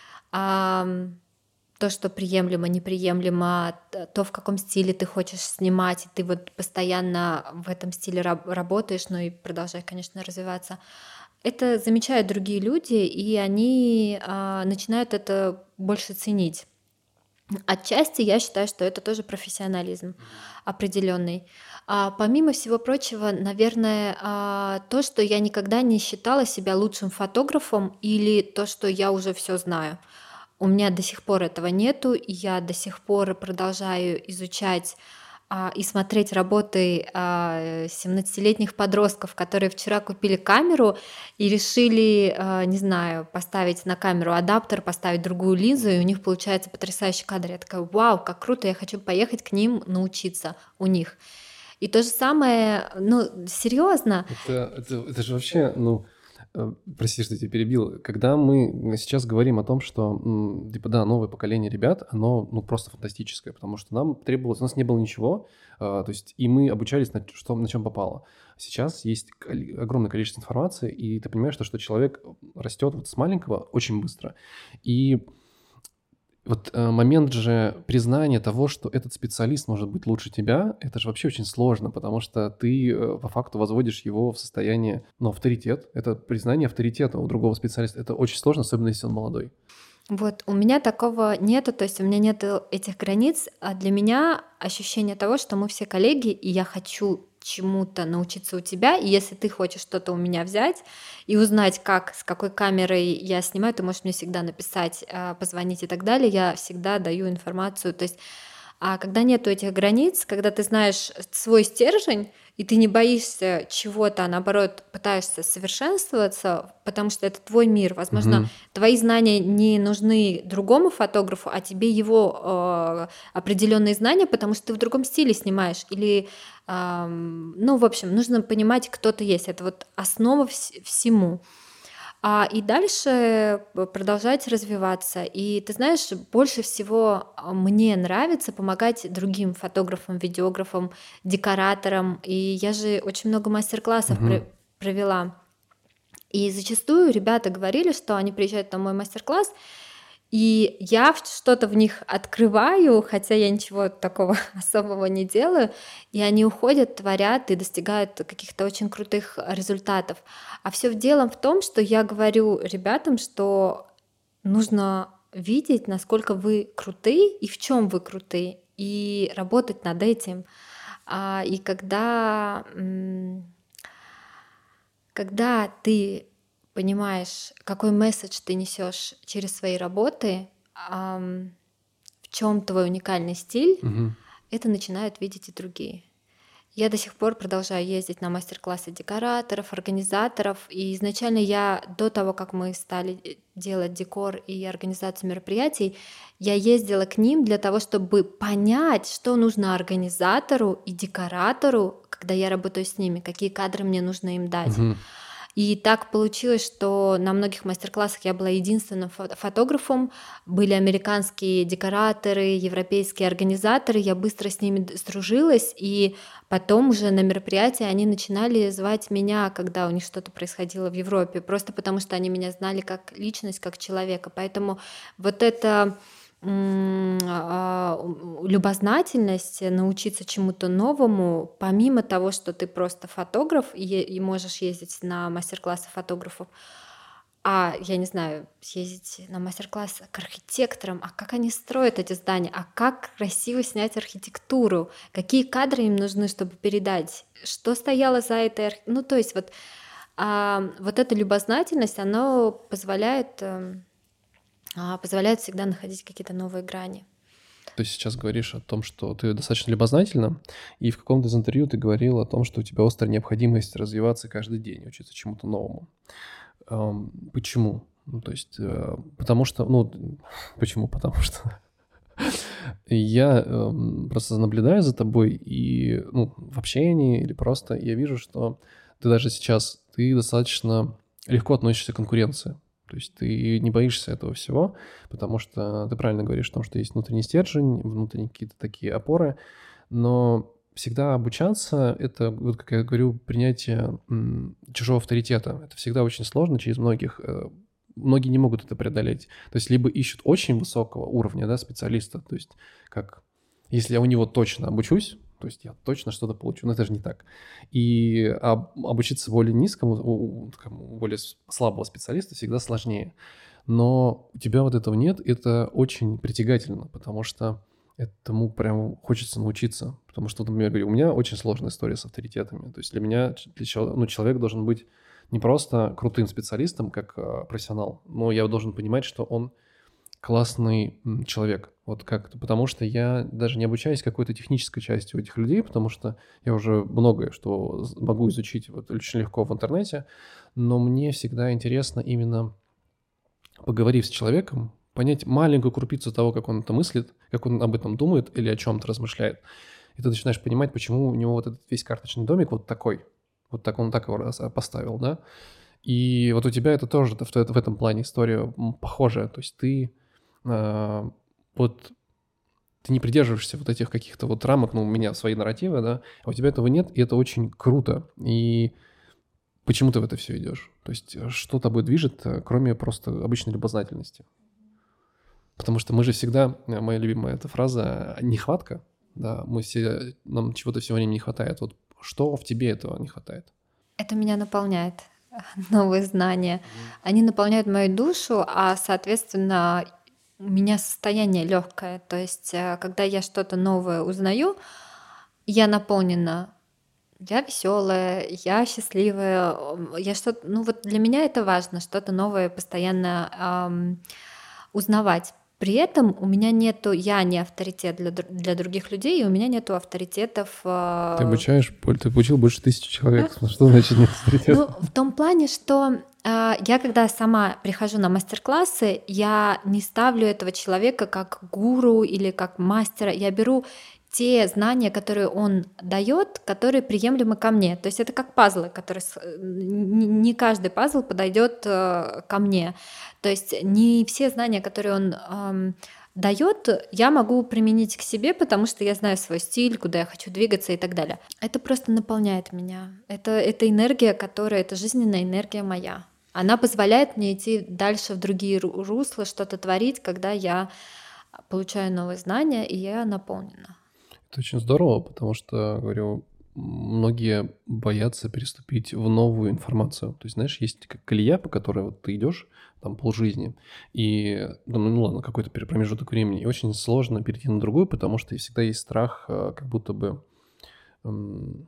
ам, то, что приемлемо, неприемлемо, т- то, в каком стиле ты хочешь снимать, и ты вот постоянно в этом стиле раб- работаешь, ну и продолжаешь, конечно, развиваться. Это замечают другие люди, и они а, начинают это больше ценить. Отчасти я считаю, что это тоже профессионализм определенный. А помимо всего прочего, наверное, а, то, что я никогда не считала себя лучшим фотографом или то, что я уже все знаю. У меня до сих пор этого нету, и я до сих пор продолжаю изучать а, и смотреть работы а, семнадцатилетних подростков, которые вчера купили камеру и решили, а, не знаю, поставить на камеру адаптер, поставить другую линзу, и у них получается потрясающий кадр. Я такая, вау, как круто, я хочу поехать к ним научиться у них. И то же самое, ну, серьезно. Это, это, это же вообще, ну, э, прости, что я тебя перебил. Когда мы сейчас говорим о том, что, м, типа, да, новое поколение ребят, оно, ну, просто фантастическое, потому что нам требовалось, у нас не было ничего, а, то есть, и мы обучались на, что, на чем попало. Сейчас есть коли- огромное количество информации, и ты понимаешь, что, что человек растет вот с маленького очень быстро. И вот э, момент же признания того, что этот специалист может быть лучше тебя, это же вообще очень сложно, потому что ты э, по факту возводишь его в состояние, ну, авторитет. Это признание авторитета у другого специалиста. Это очень сложно, особенно если он молодой. Вот у меня такого нету, то есть у меня нету этих границ, а для меня ощущение того, что мы все коллеги, и я хочу чему-то научиться у тебя, и если ты хочешь что-то у меня взять и узнать, как, с какой камерой я снимаю, ты можешь мне всегда написать, а, позвонить и так далее, я всегда даю информацию, то есть А когда нету этих границ, когда ты знаешь свой стержень, и ты не боишься чего-то, а наоборот пытаешься совершенствоваться, потому что это твой мир. Возможно, Мгм. твои знания не нужны другому фотографу, а тебе его э, определенные знания, потому что ты в другом стиле снимаешь. Или, ам, ну, в общем, нужно понимать, кто ты есть. Это вот основа вс- всему. А, и дальше п продолжать развиваться. И ты знаешь, больше всего, а, мне нравится помогать другим фотографам, видеографам, декораторам. И я же очень много мастер-классов Мгм. пр провела. И зачастую ребята говорили, что они приезжают на мой мастер-класс, и я в что-то в них открываю, хотя я ничего такого особого не делаю, и они уходят, творят и достигают каких-то очень крутых результатов. А все дело в том, что я говорю ребятам, что нужно видеть, насколько вы круты и в чем вы круты, и работать над этим. А, и когда м, когда ты понимаешь, какой месседж ты несешь через свои работы, ам, в чем твой уникальный стиль, Мгм. это начинают видеть и другие. Я до сих пор продолжаю ездить на мастер-классы декораторов, организаторов. И изначально я, до того, как мы стали э, делать декор и организацию мероприятий, я ездила к ним для того, чтобы понять, что нужно организатору и декоратору, когда я работаю с ними, какие кадры мне нужно им дать. Мгм. И так получилось, что на многих мастер-классах я была единственным фо- фотографом, были американские декораторы, европейские организаторы, я быстро с ними д- сдружилась, и потом уже на мероприятии они начинали звать меня, когда у них что-то происходило в Европе, просто потому что они меня знали как личность, как человека. Поэтому вот это м, а, у- любознательность, э, научиться чему-то новому, помимо того, что ты просто фотограф и, е- и можешь ездить на мастер-классы фотографов, а я не знаю, съездить на мастер-класс к архитекторам, а как они строят эти здания, а как красиво снять архитектуру, какие кадры им нужны, чтобы передать, что стояло за этой, арх- ну то есть вот а, вот эта любознательность, она позволяет эм, а, позволяет всегда находить какие-то новые грани. Ты сейчас говоришь о том, что ты достаточно любознательна, и в каком-то из интервью ты говорил о том, что у тебя острая необходимость развиваться каждый день, учиться чему-то новому. Ам, почему? Ну, то есть, э, потому что, ну, почему? Потому что я, эм, просто наблюдаю за тобой и, ну, в общении или просто я вижу, что ты даже сейчас, ты достаточно легко относишься к конкуренции. То есть ты не боишься этого всего, потому что ты правильно говоришь о том, что есть внутренний стержень, внутренние какие-то такие опоры, но всегда обучаться — это, вот как я говорю, принятие, м, чужого авторитета. Это всегда очень сложно через многих, э, многие не могут это преодолеть. То есть либо ищут очень высокого уровня, да, специалиста, то есть как если я у него точно обучусь, то есть я точно что-то получу, но это же не так. И об- обучиться более низкому, у- у- такому более с- слабого специалиста всегда сложнее. Но у тебя вот этого нет, это очень притягательно, потому что этому прям хочется научиться. Потому что, вот, например, говорю, у меня очень сложная история с авторитетами. То есть для меня ч- для чел- ну, человек должен быть не просто крутым специалистом, как э, профессионал, но я должен понимать, что он классный м, человек. Вот как-то, потому что я даже не обучаюсь какой-то технической части у этих людей, потому что я уже многое, что з- могу изучить вот очень легко в интернете, но мне всегда интересно именно, поговорив с человеком, понять маленькую крупицу того, как он это мыслит, как он об этом думает или о чем-то размышляет. И ты начинаешь понимать, почему у него вот этот весь карточный домик вот такой. Вот так он так его раз- а, поставил, да? И вот у тебя это тоже в, в этом плане история м, похожая. То есть ты а, вот ты не придерживаешься вот этих каких-то вот рамок, ну, у меня свои нарративы, да, а у тебя этого нет, и это очень круто. И почему ты в это все идешь? То есть э, что тобой движет, э, кроме просто обычной любознательности? Потому что мы же всегда, э, моя любимая эта фраза, нехватка, да, мы все, нам чего-то все время не хватает. Вот что в тебе этого не хватает? Это меня наполняет, новые знания. Мгм. Они наполняют мою душу, а, соответственно, у меня состояние легкое. То есть, э, когда я что-то новое узнаю, я наполнена, я веселая, я счастливая, ом, я что-то, ну вот для меня это важно, что-то новое постоянно ам, узнавать. При этом у меня нету, я не авторитет для, дру- для других людей, и у меня нету авторитетов. Ты э, обучаешь, боль- ты обучил больше тысячи человек. Что значит нет Ну, авторитета? в том плане, что э, я, когда сама прихожу на мастер-классы, я не ставлю этого человека как гуру или как мастера. Я беру те знания, которые он дает, которые приемлемы ко мне. То есть это как пазлы, которые с- э, не не каждый пазл подойдет э, ко мне. То есть не все знания, которые он ам, дает, я могу применить к себе, потому что я знаю свой стиль, куда я хочу двигаться и так далее. Это просто наполняет меня. Это, это энергия, которая, это жизненная энергия моя. Она позволяет мне идти дальше в другие ру- русла, что-то творить, когда я получаю новые знания, и я наполнена. Это очень здорово, потому что, говорю, многие боятся переступить в новую информацию. То есть, знаешь, есть как колея, по которой вот ты идешь, там полжизни, и, ну, ну ладно, какой-то пер- промежуток времени, и очень сложно перейти на другую, потому что всегда есть страх, э, как будто бы... м,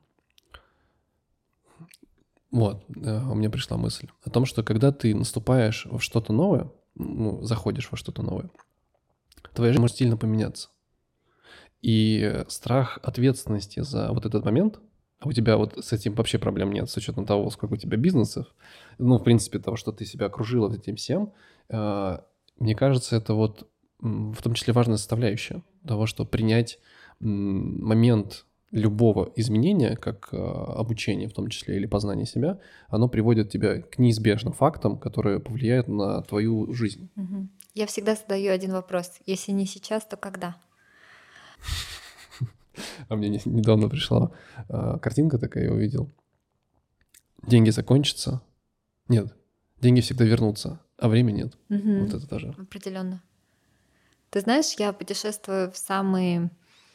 Вот, э, у меня пришла мысль о том, что когда ты наступаешь в что-то новое, ну, заходишь во что-то новое, твоя жизнь может сильно поменяться. И страх ответственности за вот этот момент, а у тебя вот с этим вообще проблем нет, с учетом того, сколько у тебя бизнесов, ну, в принципе, того, что ты себя окружила вот этим всем, э, мне кажется, это вот м, в том числе важная составляющая того, что принять м, момент любого изменения, как э, обучение в том числе или познание себя, оно приводит тебя к неизбежным фактам, которые повлияют на твою жизнь. Мгм. Я всегда задаю один вопрос. Если не сейчас, то когда? А мне не- недавно пришла э, картинка такая, я увидел. Деньги закончатся. Нет, деньги всегда вернутся, а времени нет. Вот это тоже. Определенно. Ты знаешь, я путешествую в самые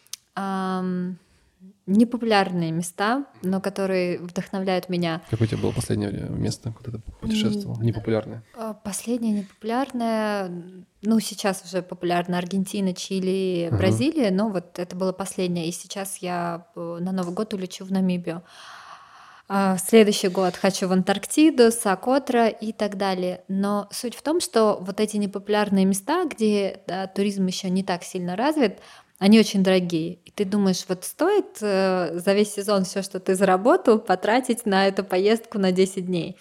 ам, непопулярные места, но которые вдохновляют меня. Какое у тебя было последнее время место, куда ты путешествовал? Непопулярное. А, Последнее непопулярное, м, ну сейчас уже популярна Аргентина, Чили, Ага. Бразилия, но вот это было последнее. И сейчас я э, на Новый год улечу в Намибию. А в следующий год хочу в Антарктиду, Сокотра и так далее. Но суть в том, что вот эти непопулярные места, где да, туризм еще не так сильно развит, они очень дорогие. И ты думаешь, вот стоит э, за весь сезон все, что ты заработал, потратить на эту поездку на десять дней.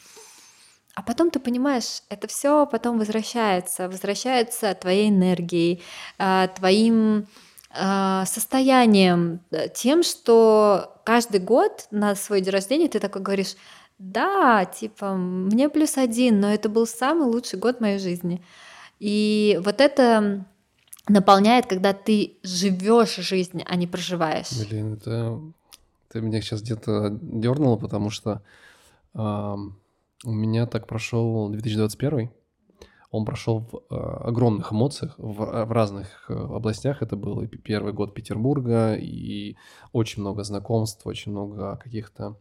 А потом ты понимаешь, это все потом возвращается, возвращается твоей энергией, а, твоим а, состоянием, э, тем, что каждый год на свой день рождения ты такой говоришь, да, типа, мне плюс один, но это был самый лучший год моей жизни. И вот это наполняет, когда ты живешь жизнь, а не проживаешь. Блин, это ты меня сейчас где-то дернуло, потому что ам, у меня так прошел две тысячи двадцать первый. Он прошел в э, огромных эмоциях, в, э, в разных э, областях. Это был и п- первый год Петербурга, и очень много знакомств, очень много каких-то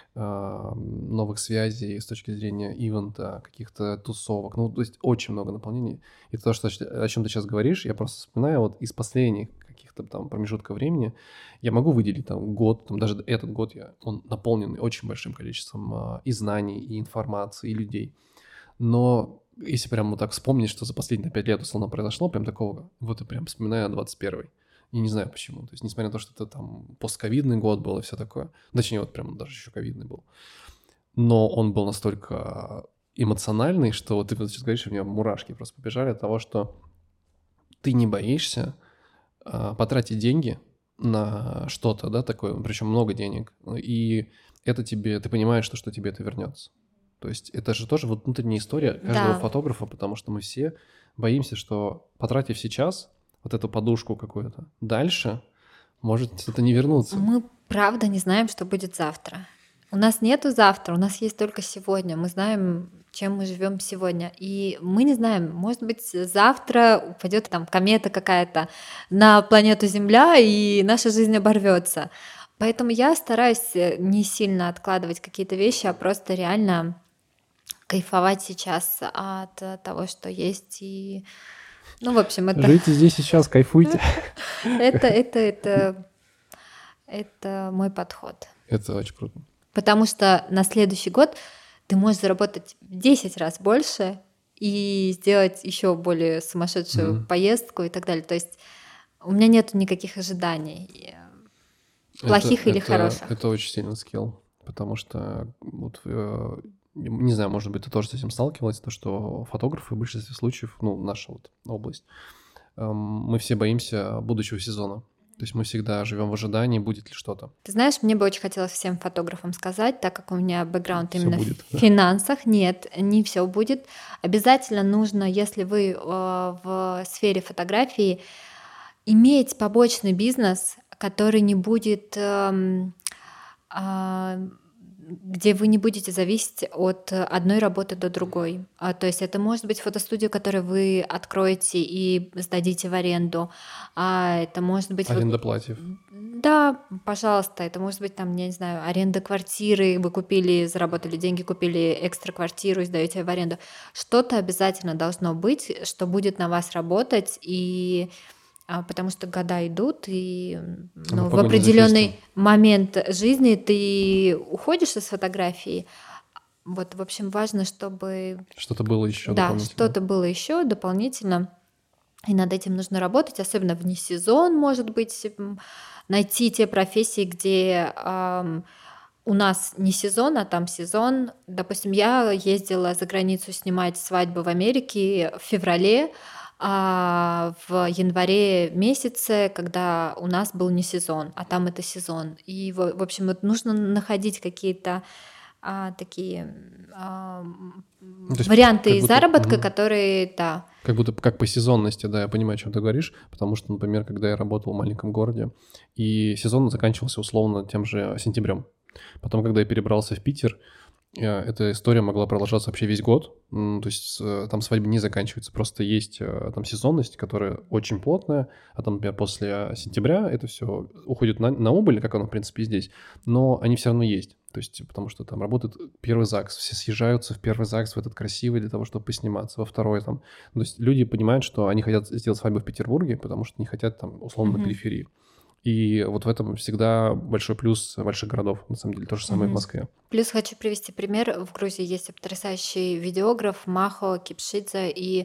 а, новых связей с точки зрения ивента, каких-то тусовок. Ну, то есть очень много наполнений. И то, что, о чем ты сейчас говоришь, я просто вспоминаю вот из последних каких-то там промежутка времени, я могу выделить там год, там даже этот год, я, он наполнен очень большим количеством а, и знаний, и информации, и людей. Но если прям вот так вспомнить, что за последние пять лет условно произошло, прям такого, вот я прям вспоминаю двадцать первый. И не знаю почему. То есть, несмотря на то, что это там постковидный год был и все такое. Точнее, вот прям даже еще ковидный был. Но он был настолько эмоциональный, что вот ты вот сейчас говоришь, у меня мурашки просто побежали от того, что ты не боишься а, потратить деньги на что-то, да, такое, причем много денег, и это тебе, ты понимаешь, что, что тебе это вернется. То есть это же тоже вот внутренняя история каждого Да, фотографа, потому что мы все боимся, что потратив сейчас вот эту подушку какую-то, дальше может это не вернуться. мы правда не знаем, что будет завтра. У нас нету завтра, у нас есть только сегодня. Мы знаем, чем мы живем сегодня. И мы не знаем, может быть, завтра упадет там комета какая-то на планету Земля, и наша жизнь оборвется. Поэтому я стараюсь э, не сильно откладывать какие-то вещи, а просто реально кайфовать сейчас от э, того, что есть. И, ну, в общем, это, Живите здесь сейчас, кайфуйте. это, это, это, это мой подход. Это очень круто. Потому что на следующий год ты можешь заработать в десять раз больше, и сделать еще более сумасшедшую Мгм. поездку и так далее. То есть у меня нет никаких ожиданий, Это, плохих или это, хороших. это очень сильный скилл, потому что вот, э, не знаю, может быть, ты тоже с этим сталкивалась, то, что фотографы в большинстве случаев, ну, наша вот область, эм, мы все боимся будущего сезона. То есть мы всегда живем в ожидании, будет ли что-то. Ты знаешь, мне бы очень хотелось всем фотографам сказать, так как у меня бэкграунд Все именно в будет, да. финансах, нет, не все будет. Обязательно нужно, если вы э, в сфере фотографии, иметь побочный бизнес, который не будет, эм, а, где вы не будете зависеть от одной работы до другой. А, то есть это может быть фотостудия, которую вы откроете и сдадите в аренду. А это может быть вот Аренда платьев. да, пожалуйста, это может быть там, я не знаю, аренда квартиры, вы купили, заработали деньги, купили экстра квартиру и сдаете в аренду. Что-то обязательно должно быть, что будет на вас работать, и а, потому что года идут, и м, А мы в ну, в погоне за счастьем. определенный момент жизни ты уходишь из фотографии. Вот, в общем, важно, чтобы Что-то было еще да, дополнительно. что-то было еще дополнительно. И над этим нужно работать, особенно вне сезон, может быть, м, найти те профессии, где ам, у нас не сезон, а там сезон. Допустим, я ездила за границу снимать свадьбы в Америке в феврале, а в январе месяце, когда у нас был не сезон, а там это сезон. И, в, в общем, вот нужно находить какие-то а, такие а, м, Ну, то есть как варианты будто, заработка, мгм, которые, да. как будто как по сезонности, да, я понимаю, о чем ты говоришь, потому что, например, когда я работал в маленьком городе, и сезон заканчивался условно тем же сентябрем. Потом, когда я перебрался в Питер, э, эта история могла продолжаться вообще весь год. М, То есть с- э, там свадьбы не заканчиваются, просто есть э, там сезонность, которая очень плотная, а там, например, после сентября это все уходит на, на убыль, как оно, в принципе, и здесь, но они все равно есть. То есть, потому что там работает первый ЗАГС, все съезжаются в первый ЗАГС, в этот красивый, для того, чтобы посниматься, во второй там. То есть люди понимают, что они хотят сделать свадьбу в Петербурге, потому что не хотят там условно на Мгм. периферии. И вот в этом всегда большой плюс больших городов, на самом деле. То же самое и в Мгм. Москве. Плюс хочу привести пример. В Грузии есть потрясающий видеограф Махо Кипшидзе, и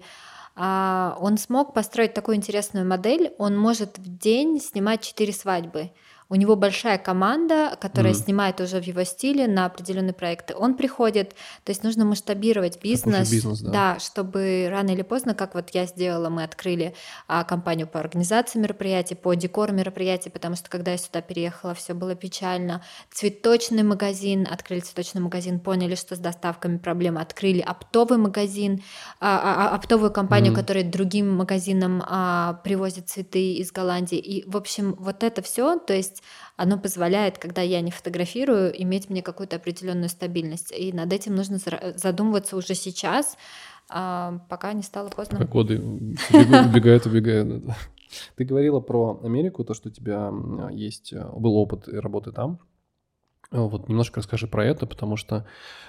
а, он смог построить такую интересную модель. Он может в день снимать четыре свадьбы. У него большая команда, которая Мгм. снимает уже в его стиле на определенные проекты. Он приходит, то есть нужно масштабировать Запушить бизнес, бизнес, да. да, чтобы рано или поздно, как вот я сделала, мы открыли а, компанию по организации мероприятий, по декору мероприятий, потому что когда я сюда переехала, все было печально. Цветочный магазин, открыли цветочный магазин, поняли, что с доставками проблемы, открыли оптовый магазин, а, а, а, оптовую компанию, Мгм. которая другим магазинам а, привозит цветы из Голландии. И, в общем, вот это все, то есть оно позволяет, когда я не фотографирую, иметь мне какую-то определенную стабильность. И над этим нужно зара- задумываться уже сейчас, а, пока не стало Пока поздно. годы убегают, убегают, убегают. Да. Ты говорила про Америку, то, что у тебя м, есть, э, был опыт и работы там. Э, Вот немножко расскажи про это, потому что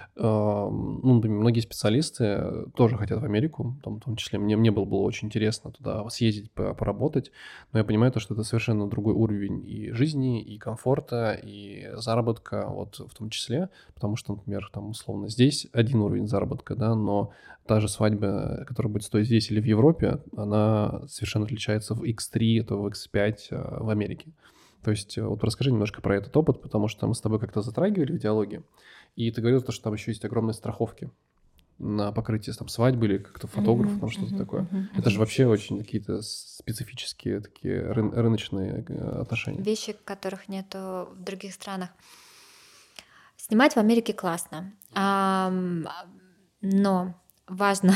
Ам, ну, например, многие специалисты э, тоже хотят в Америку, там, в том числе мне, мне было, было очень интересно туда съездить, по- поработать, но я понимаю то, что это совершенно другой уровень и жизни, и комфорта, и заработка, вот в том числе, потому что, например, там условно здесь один уровень заработка, да, но та же свадьба, которая будет стоить здесь или в Европе, она совершенно отличается в икс три, то в икс пять э, в Америке. То есть э, вот расскажи немножко про этот опыт, потому что мы с тобой как-то затрагивали в диалоге, и ты говорил, то, что там еще есть огромные страховки на покрытие там свадьбы или как-то фотографов, Мгм, там что-то мгм, такое. мгм, Это же мгм. вообще очень какие-то специфические такие рын- рыночные э, отношения. Вещи, которых нету в других странах. Снимать в Америке классно, Ам, но важно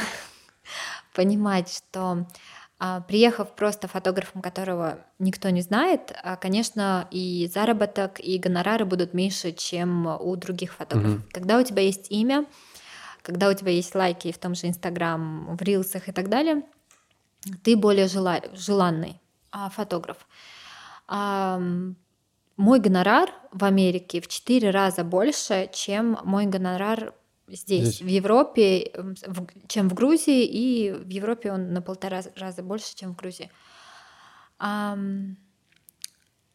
понимать, что а, приехав просто фотографом, которого никто не знает, а, конечно, и заработок, и гонорары будут меньше, чем у других фотографов. Мгм. Когда у тебя есть имя, когда у тебя есть лайки в том же Инстаграм, в рилсах и так далее, ты более жела- желанный а, фотограф. Ам, Мой гонорар в Америке в четыре раза больше, чем мой гонорар здесь, Здесь. в Европе, эм, с- в- чем в Грузии, и в Европе он на полтора раза больше, чем в Грузии. Ам,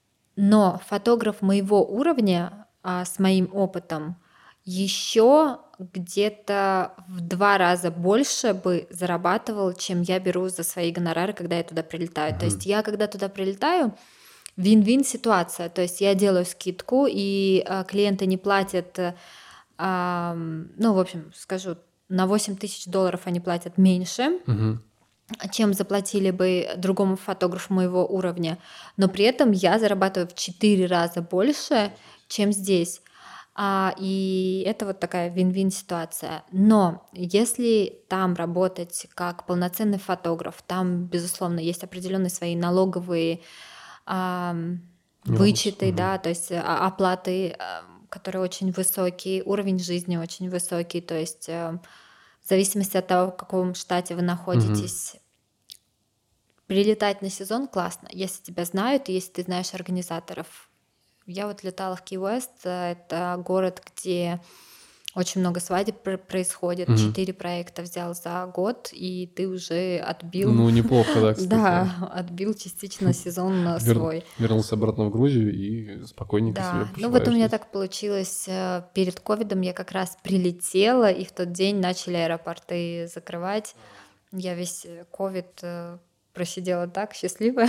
Но фотограф моего уровня, а, с моим опытом, еще где-то в два раза больше бы зарабатывал, чем я беру за свои гонорары, когда я туда прилетаю. То Мгм. есть я, когда туда прилетаю, вин-вин ситуация. То есть я делаю скидку, и а, клиенты не платят, э, ам, ну, в общем, скажу, на восемь тысяч долларов они платят меньше, Мгм. чем заплатили бы другому фотографу моего уровня, но при этом я зарабатываю в четыре раза больше, чем здесь. А, и это вот такая вин-вин ситуация. Но если там работать как полноценный фотограф, там, безусловно, есть определенные свои налоговые ам, Нюанс. вычеты, Мгм. да, то есть а, оплаты, ам, которые очень высокие, уровень жизни очень высокий, то есть ам, в зависимости от того, в каком штате вы Мгм. находитесь, прилетать на сезон классно, если тебя знают, и если ты знаешь организаторов. Я вот летала в Ки-Уэст, э, это город, где очень много свадеб пр- происходит, Мгм. четыре проекта взял за год, и ты уже отбил, Ну, неплохо, да, кстати. да, отбил частично сезон э, Вер- свой. Вернулся обратно в Грузию и спокойненько себе Да, ну вот у пошиваешь меня здесь. так получилось, э, перед ковидом я как раз прилетела, и в тот день начали аэропорты закрывать. Я весь э, ковид э, просидела так, счастливая.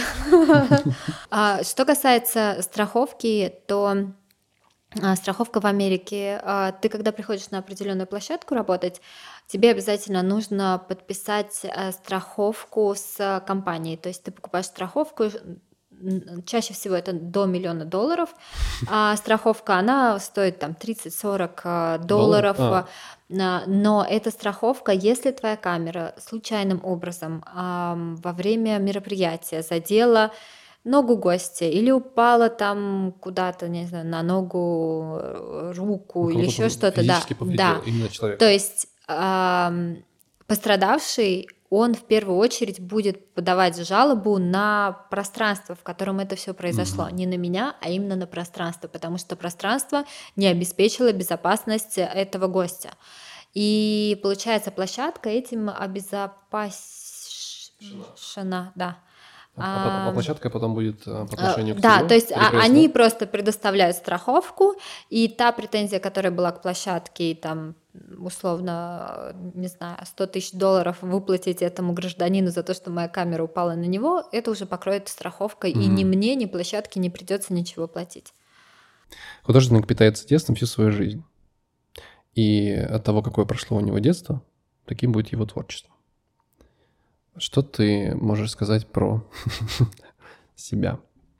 А, Что касается страховки, то а, страховка в Америке, а, ты когда приходишь на определенную площадку работать, тебе обязательно нужно подписать э, страховку с э, компанией. То есть ты покупаешь страховку, н- чаще всего это до миллиона долларов, а страховка, она стоит там тридцать-сорок э, Долларов? долларов, А, э, на- но эта страховка, если твоя камера случайным образом ам, во время мероприятия задела ногу гостя или упала там куда-то, не знаю, на ногу, э, ну руку или кого-то еще пов- что-то, да, физически повредил, да. именно То человека. есть ам, пострадавший, он в первую очередь будет подавать жалобу на пространство, в котором это все произошло. Мгм. Не на меня, а именно на пространство, потому что пространство не обеспечило безопасность этого гостя. И получается, площадка этим обезопасена, да. А, а потом- а Ам, площадка потом будет а, по Э, отношению к Да, то тебе есть а, перекрыть, они да? просто предоставляют страховку, и та претензия, которая была к площадке, и там условно, э, не знаю, сто тысяч долларов выплатить этому гражданину за то, что моя камера упала на него, это уже покроет страховка, и ни Мгм. мне, ни площадке не придется ничего платить. Художник питается детством всю свою жизнь. И от того, какое прошло у него детство, таким будет его творчество. Что ты можешь сказать про себя?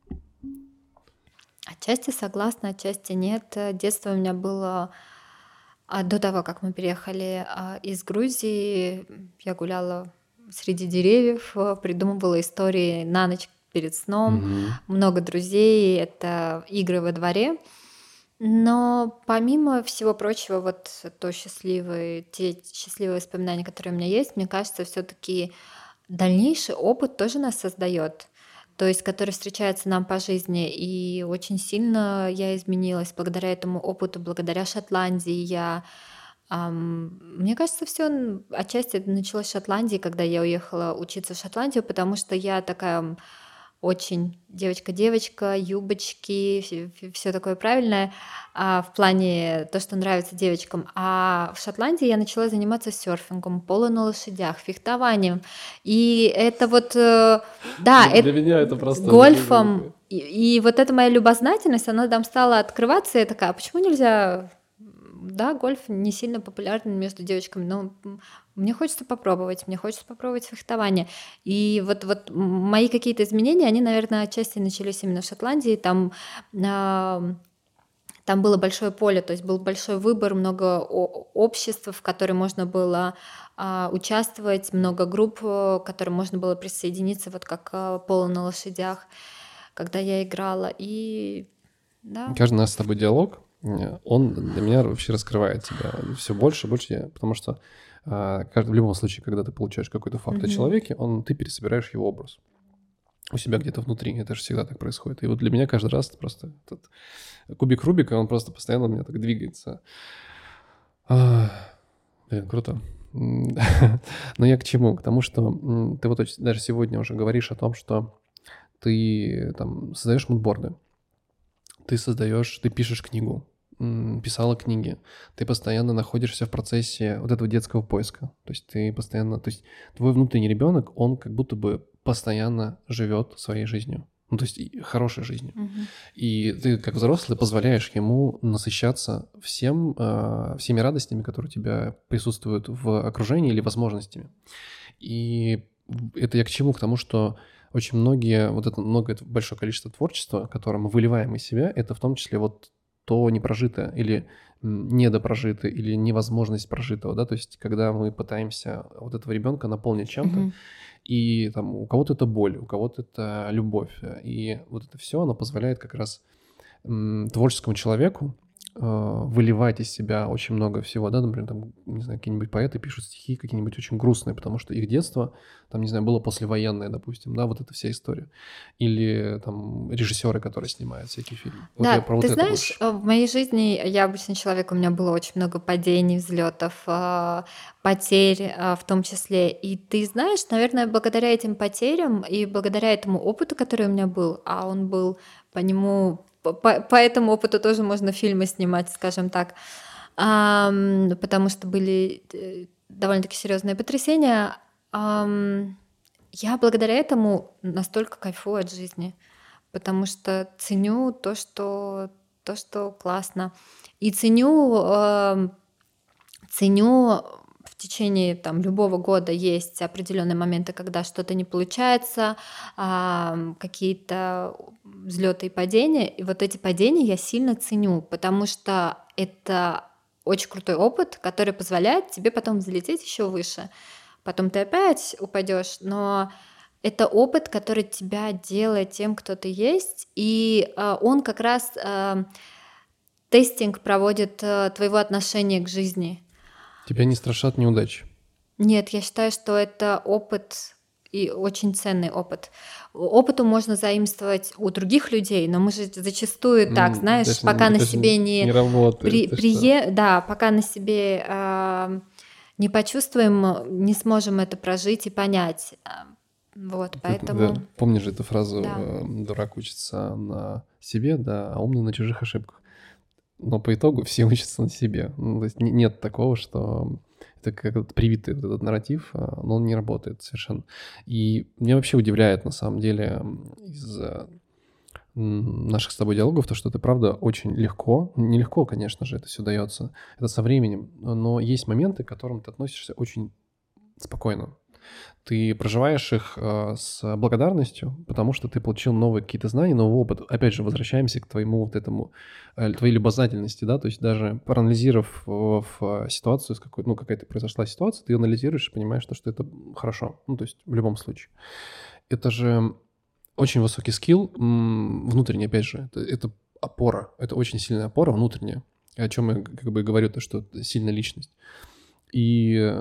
Отчасти согласна, отчасти нет. Э, Детство у меня было а, до того, как мы переехали а, из Грузии. м, Я гуляла среди деревьев, э, придумывала истории на ночь перед сном, Мгм. много друзей, это игры во дворе. Но помимо всего прочего, вот то счастливые, те счастливые воспоминания, которые у меня есть, мне кажется, все-таки дальнейший опыт тоже нас создает, то есть который встречается нам по жизни. И очень сильно я изменилась благодаря этому опыту, благодаря Шотландии. Я, ам, мне кажется, все отчасти это началось в Шотландии, когда я уехала учиться в Шотландию, потому что я такая м, очень девочка-девочка, юбочки, все такое правильное, а, в плане то, что нравится девочкам. А в Шотландии я начала заниматься серфингом, поло на лошадях, фехтованием. И это вот, э, да, Для, это для меня это просто удивление гольфом. какое-то. И, и вот эта моя любознательность, она там стала открываться. И я такая, а почему нельзя... Да, гольф не сильно популярен между девочками, но м, мне хочется попробовать, мне хочется попробовать фехтование. И вот, вот м, мои какие-то изменения, они, наверное, отчасти начались именно в Шотландии. Там, а, там было большое поле, то есть был большой выбор, много о- обществ, в которые можно было а, участвовать, много групп, э, к которым можно было присоединиться, вот как а, поло на лошадях, когда я играла. И да. Каждый наш с тобой диалог, э, он для меня вообще раскрывает тебя все больше и больше, я- потому что а, кажд- в любом случае, когда ты получаешь какой-то факт о Мгм. человеке, он, ты пересобираешь его образ у себя где-то внутри. Это же всегда так происходит. И вот для меня каждый раз это просто этот кубик Рубика, он просто постоянно у меня так двигается. А, Блин, круто. М, Но я к чему? К тому, что м, ты вот оч- даже сегодня уже говоришь о том, что ты там создаешь мудборды, ты создаешь, ты пишешь книгу, м, писала книги, ты постоянно находишься в процессе вот этого детского поиска. То есть ты постоянно, то есть твой внутренний ребенок, он как будто бы постоянно живет своей жизнью. Ну, то есть и хорошей жизнью. Мгм. И ты, как взрослый, позволяешь ему насыщаться всем, а, всеми радостями, которые у тебя присутствуют в окружении или возможностями. И в- это я к чему? К тому, что очень многие, вот это много, это большое количество творчества, которое мы выливаем из себя, это в том числе вот то непрожитое или м, недопрожитое или невозможность прожитого, да, то есть когда мы пытаемся вот этого ребенка наполнить чем-то, Мгм. и там у кого-то это боль, у кого-то это любовь, э, и вот это все, оно позволяет как раз м, творческому человеку э, выливать из себя очень много всего, да, например, там, не знаю, какие-нибудь поэты пишут стихи какие-нибудь очень грустные, потому что их детство, там, не знаю, было послевоенное, допустим, да, вот эта вся история. Или там режиссеры, которые снимают всякие фильмы. Вот Да, я про вот ты это знаешь, больше. э, в моей жизни я обычный человек, у меня было очень много падений, взлетов, а, потерь, а, в том числе. И ты знаешь, наверное, благодаря этим потерям и благодаря этому опыту, который у меня был, а он был по нему, по, по- по этому опыту тоже можно фильмы снимать, скажем так, ам, потому что были э, довольно-таки серьезные потрясения. ам, я благодаря этому настолько кайфую от жизни, потому что ценю то, что то, что классно. И ценю, ам, ценю в течение там любого года есть определенные моменты, когда что-то не получается, ам, какие-то взлеты и падения. И вот эти падения я сильно ценю, потому что это очень крутой опыт, который позволяет тебе потом взлететь еще выше. Потом ты опять упадешь, но это опыт, который тебя делает тем, кто ты есть, и а, он как раз а, тестинг проводит а, твоего отношения к жизни. Тебя не страшат неудачи. Нет, я считаю, что это опыт и очень ценный опыт. Опыту можно заимствовать у других людей, но мы же зачастую так, М, Это знаешь, же, пока на это же себе не не работает, при, ты что? прие, да, пока на себе а, не почувствуем, не сможем это прожить и понять. А, Вот, Ты, да, поэтому, помнишь же эту фразу да. э, «дурак учится на себе, да, а умный на чужих ошибках». Но по итогу все учатся на себе. Ну, то есть не- нет такого, что это как вот привитый вот этот нарратив, а, но он не работает совершенно. И меня вообще удивляет, на самом деле, м, из э, м, наших с тобой диалогов, то, что ты, правда, очень легко, нелегко, конечно же, это все дается, это со временем, но есть моменты, к которым ты относишься очень спокойно. Ты проживаешь их, а, с благодарностью, потому что ты получил новые какие-то знания, новый опыт. Опять же, возвращаемся к твоему вот этому, э, твоей любознательности, да, то есть даже проанализировав в в ситуацию, с какой, ну, какая-то произошла ситуация, ты анализируешь и понимаешь, то, что это хорошо. Ну, то есть в любом случае. Это же очень высокий скилл, м, внутренний, опять же. Это это опора, это очень сильная опора внутренняя, о чем я как бы говорю, то, что это сильная личность. И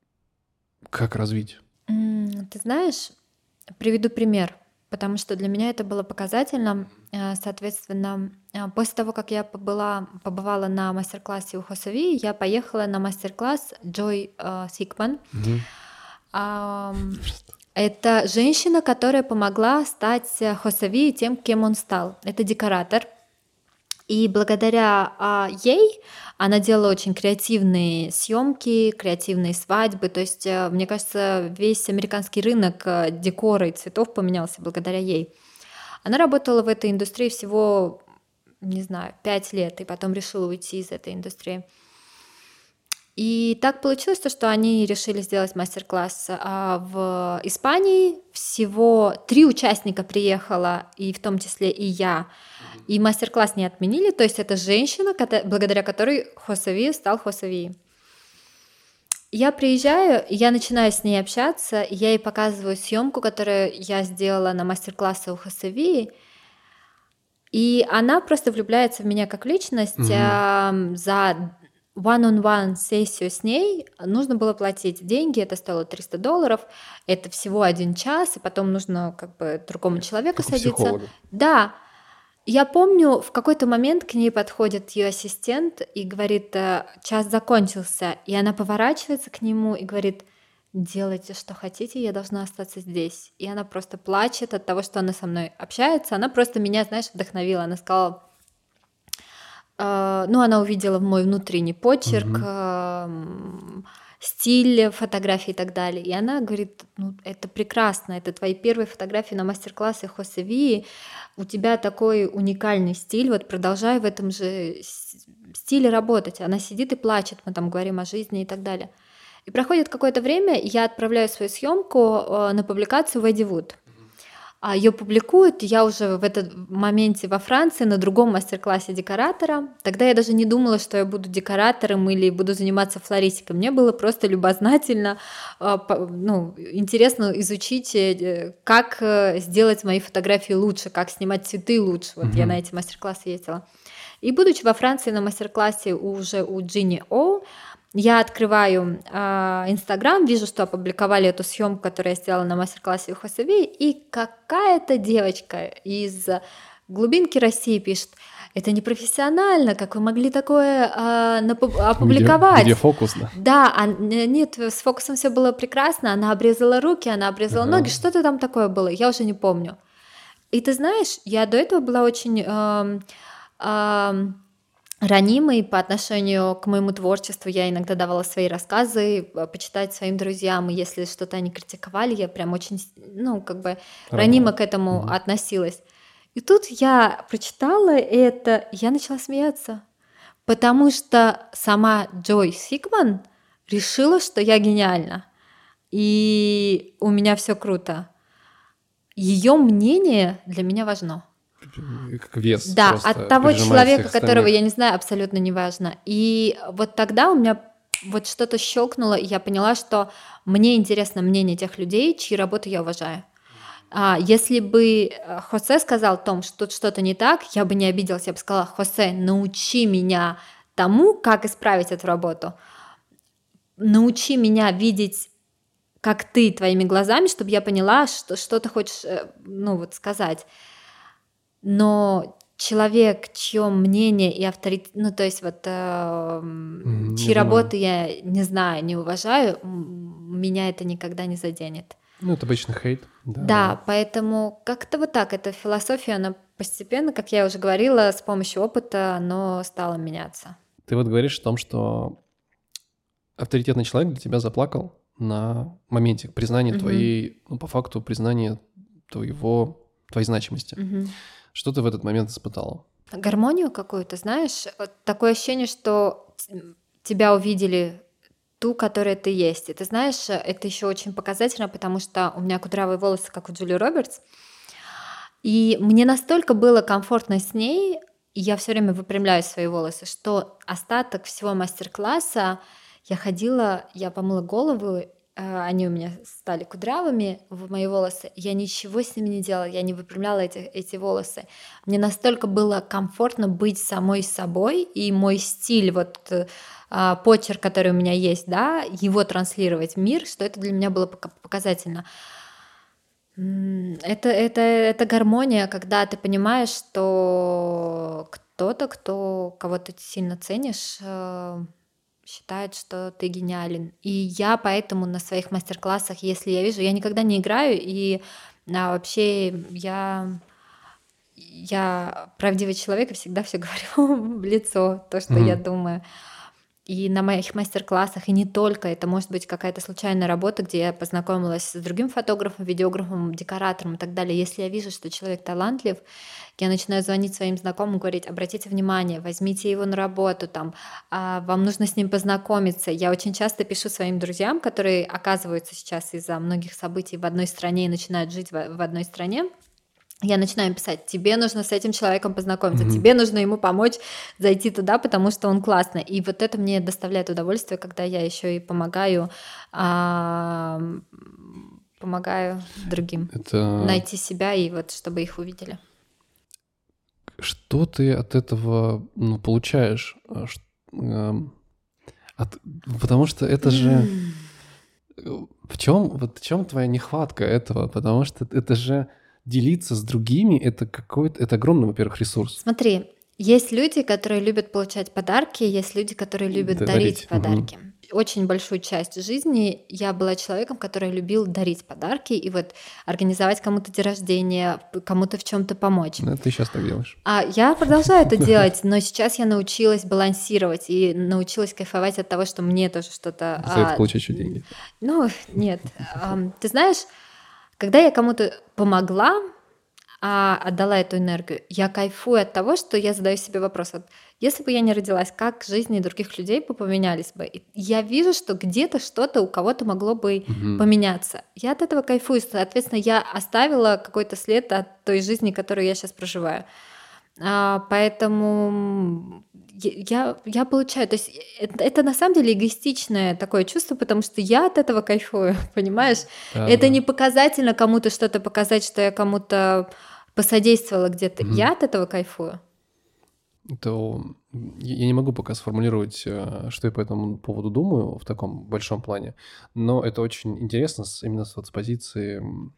как развить? М, Ты знаешь, приведу пример, потому что для меня это было показательно. Э, Соответственно, э, после того, как я побыла, побывала на мастер-классе у Хосави, я поехала на мастер-класс Джой э, Сикман. Мгм. Ам, Это женщина, которая помогла стать э, Хосави тем, кем он стал. Это декоратор. И благодаря а, ей она делала очень креативные съемки, креативные свадьбы. То есть, э, мне кажется, весь американский рынок э, декора и цветов поменялся благодаря ей. Она работала в этой индустрии всего, не знаю, пять лет, и потом решила уйти из этой индустрии. И так получилось, то, что они решили сделать мастер-класс а, в Испании. Всего три участника приехало, и в том числе и я. И мастер-класс не отменили, то есть это женщина, кото- благодаря которой Хосави стал Хосави. Я приезжаю, и я начинаю с ней общаться, и я ей показываю съемку, которую я сделала на мастер-классе у Хосави, и она просто влюбляется в меня как личность. Мгм. ам, За one-on-one сессию с ней нужно было платить деньги, это стоило триста долларов, это всего один час, и потом нужно как бы другому человеку Как у садиться. психолога. Да, я помню, в какой-то момент к ней подходит ее ассистент и говорит, э, час закончился, и она поворачивается к нему и говорит, делайте, что хотите, я должна остаться здесь. И она просто плачет от того, что она со мной общается. Она просто меня, знаешь, вдохновила. Она сказала, э, ну, она увидела мой внутренний почерк, Мгм. э, стиль фотографии и так далее. И она говорит, ну, это прекрасно, это твои первые фотографии на мастер-классе Хосе Вии, у тебя такой уникальный стиль, вот продолжай в этом же с- стиле работать. Она сидит и плачет, мы там говорим о жизни и так далее. И проходит какое-то время, и я отправляю свою съемку э, на публикацию в Эдди Вуд. А ее публикуют, я уже в этот моменте во Франции на другом мастер-классе декоратора. Тогда я даже не думала, что я буду декоратором или буду заниматься флористикой. Мне было просто любознательно, а, по- ну, интересно изучить, э, как э, сделать мои фотографии лучше, как снимать цветы лучше. Вот я на Мгм. эти мастер-классы ездила. И будучи во Франции на мастер-классе уже у Джинни О, я открываю а, Инстаграм, вижу, что опубликовали эту съемку, которую я сделала на мастер-классе у Хосеви, и какая-то девочка из глубинки России пишет: это непрофессионально, как вы могли такое а, напу- Где, опубликовать? где фокус, да? Да, а, н- нет, с фокусом все было прекрасно, она обрезала руки, она обрезала ноги, Ага. что-то там такое было, я уже не помню. И ты знаешь, я до этого была очень эм, эм, ранимой по отношению к моему творчеству. Я иногда давала свои рассказы э, почитать своим друзьям, и если что-то они критиковали, я прям очень, с- ну, как бы ранимо Ранила. к этому Мгм. относилась. И тут я прочитала это, и я начала смеяться, потому что сама Джой Сигман решила, что я гениальна, и у меня все круто. Ее мнение для меня важно. Как вес Да, от просто того прижимает всех человека, которого я остальных. не знаю, абсолютно не важно. И вот тогда у меня вот что-то щелкнуло, и я поняла, что мне интересно мнение тех людей, чьи работы я уважаю. А если бы э, Хосе сказал Том, что тут что-то не так, я бы не обиделась, я бы сказала: Хосе, научи меня тому, как исправить эту работу. Научи меня видеть, как ты, твоими глазами, чтобы я поняла, что, что ты хочешь, э, ну вот сказать. Но человек, чье мнение и авторитет, ну то есть вот эм, Мгм, я чьи понимаю. работы я не знаю, не уважаю, м, меня это никогда не заденет. Ну, это обычно хейт. Да, да, да. Да, поэтому как-то вот так, эта философия, она постепенно, как я уже говорила, с помощью опыта, оно стало меняться. Ты вот говоришь о том, что авторитетный человек для тебя заплакал на моменте признания Мгм. твоей, ну, по факту, признания твоего, твоей значимости. Мгм. Что ты в этот момент испытала? Гармонию какую-то, знаешь, вот такое ощущение, что т- тебя увидели ту, которая ты есть. И ты знаешь, э, это еще очень показательно, потому что у меня кудрявые волосы, как у Джули Робертс, и мне настолько было комфортно с ней, и я все время выпрямляю свои волосы, что остаток всего мастер-класса я ходила, я помыла голову, э, они у меня стали кудрявыми, в мои волосы, я ничего с ними не делала, я не выпрямляла эти, эти волосы. Мне настолько было комфортно быть самой собой, и мой стиль, вот э, а, почерк, который у меня есть, да, его транслировать в мир, что это для меня было пока- показательно. М, Это, это, это гармония, когда ты понимаешь, что кто-то, кто, кого ты сильно ценишь, э, считает, что ты гениален. И я поэтому на своих мастер-классах, если я вижу, я никогда не играю, и а, вообще я, я правдивый человек и всегда все говорю в лицо, то, что я Мгм. думаю. И на моих мастер-классах, и не только, это может быть какая-то случайная работа, где я познакомилась с другим фотографом, видеографом, декоратором и так далее. Если я вижу, что человек талантлив, я начинаю звонить своим знакомым, говорить: обратите внимание, возьмите его на работу, там, а, вам нужно с ним познакомиться. Я очень часто пишу своим друзьям, которые оказываются сейчас из-за многих событий в одной стране и начинают жить в, в одной стране. Я начинаю им писать: тебе нужно с этим человеком познакомиться, Мгм. тебе нужно ему помочь зайти туда, потому что он классный. И вот это мне доставляет удовольствие, когда я еще и помогаю, а, м, помогаю другим Это найти себя и вот чтобы их увидели. что ты от этого, ну, получаешь? А, ш- эм, от- Потому что это же М. э, в чем вот в чем твоя нехватка этого? Потому что это же делиться с другими, это какой-то, это огромный, во-первых, ресурс. Смотри, есть люди, которые любят получать подарки, есть люди, которые любят Д- дарить Дарить. Мгм. подарки. очень большую часть жизни я была человеком, который любил дарить подарки и вот организовать кому-то день рождения, кому-то в чем-то помочь. Ну, ты сейчас так делаешь. А я продолжаю это делать, но сейчас я научилась балансировать и научилась кайфовать от того, что мне тоже что-то... За это а, получать еще деньги. Ну, нет. Ам, Ты знаешь, когда я кому-то помогла, а отдала эту энергию, я кайфую от того, что я задаю себе вопрос, вот если бы я не родилась, как жизни других людей бы поменялись бы? И я вижу, что где-то что-то у кого-то могло бы Мгм. поменяться. Я от этого кайфую, соответственно, я оставила какой-то след от той жизни, которую я сейчас проживаю. А, поэтому я, я получаю, то есть это, это на самом деле эгоистичное такое чувство, потому что я от этого кайфую, понимаешь? Да, Это да. не показательно кому-то что-то показать, что я кому-то посодействовала где-то. Мгм. Я от этого кайфую. То я я не могу пока сформулировать, э, что я по этому поводу думаю в таком большом плане, но это очень интересно с, именно с, вот, с позиции м,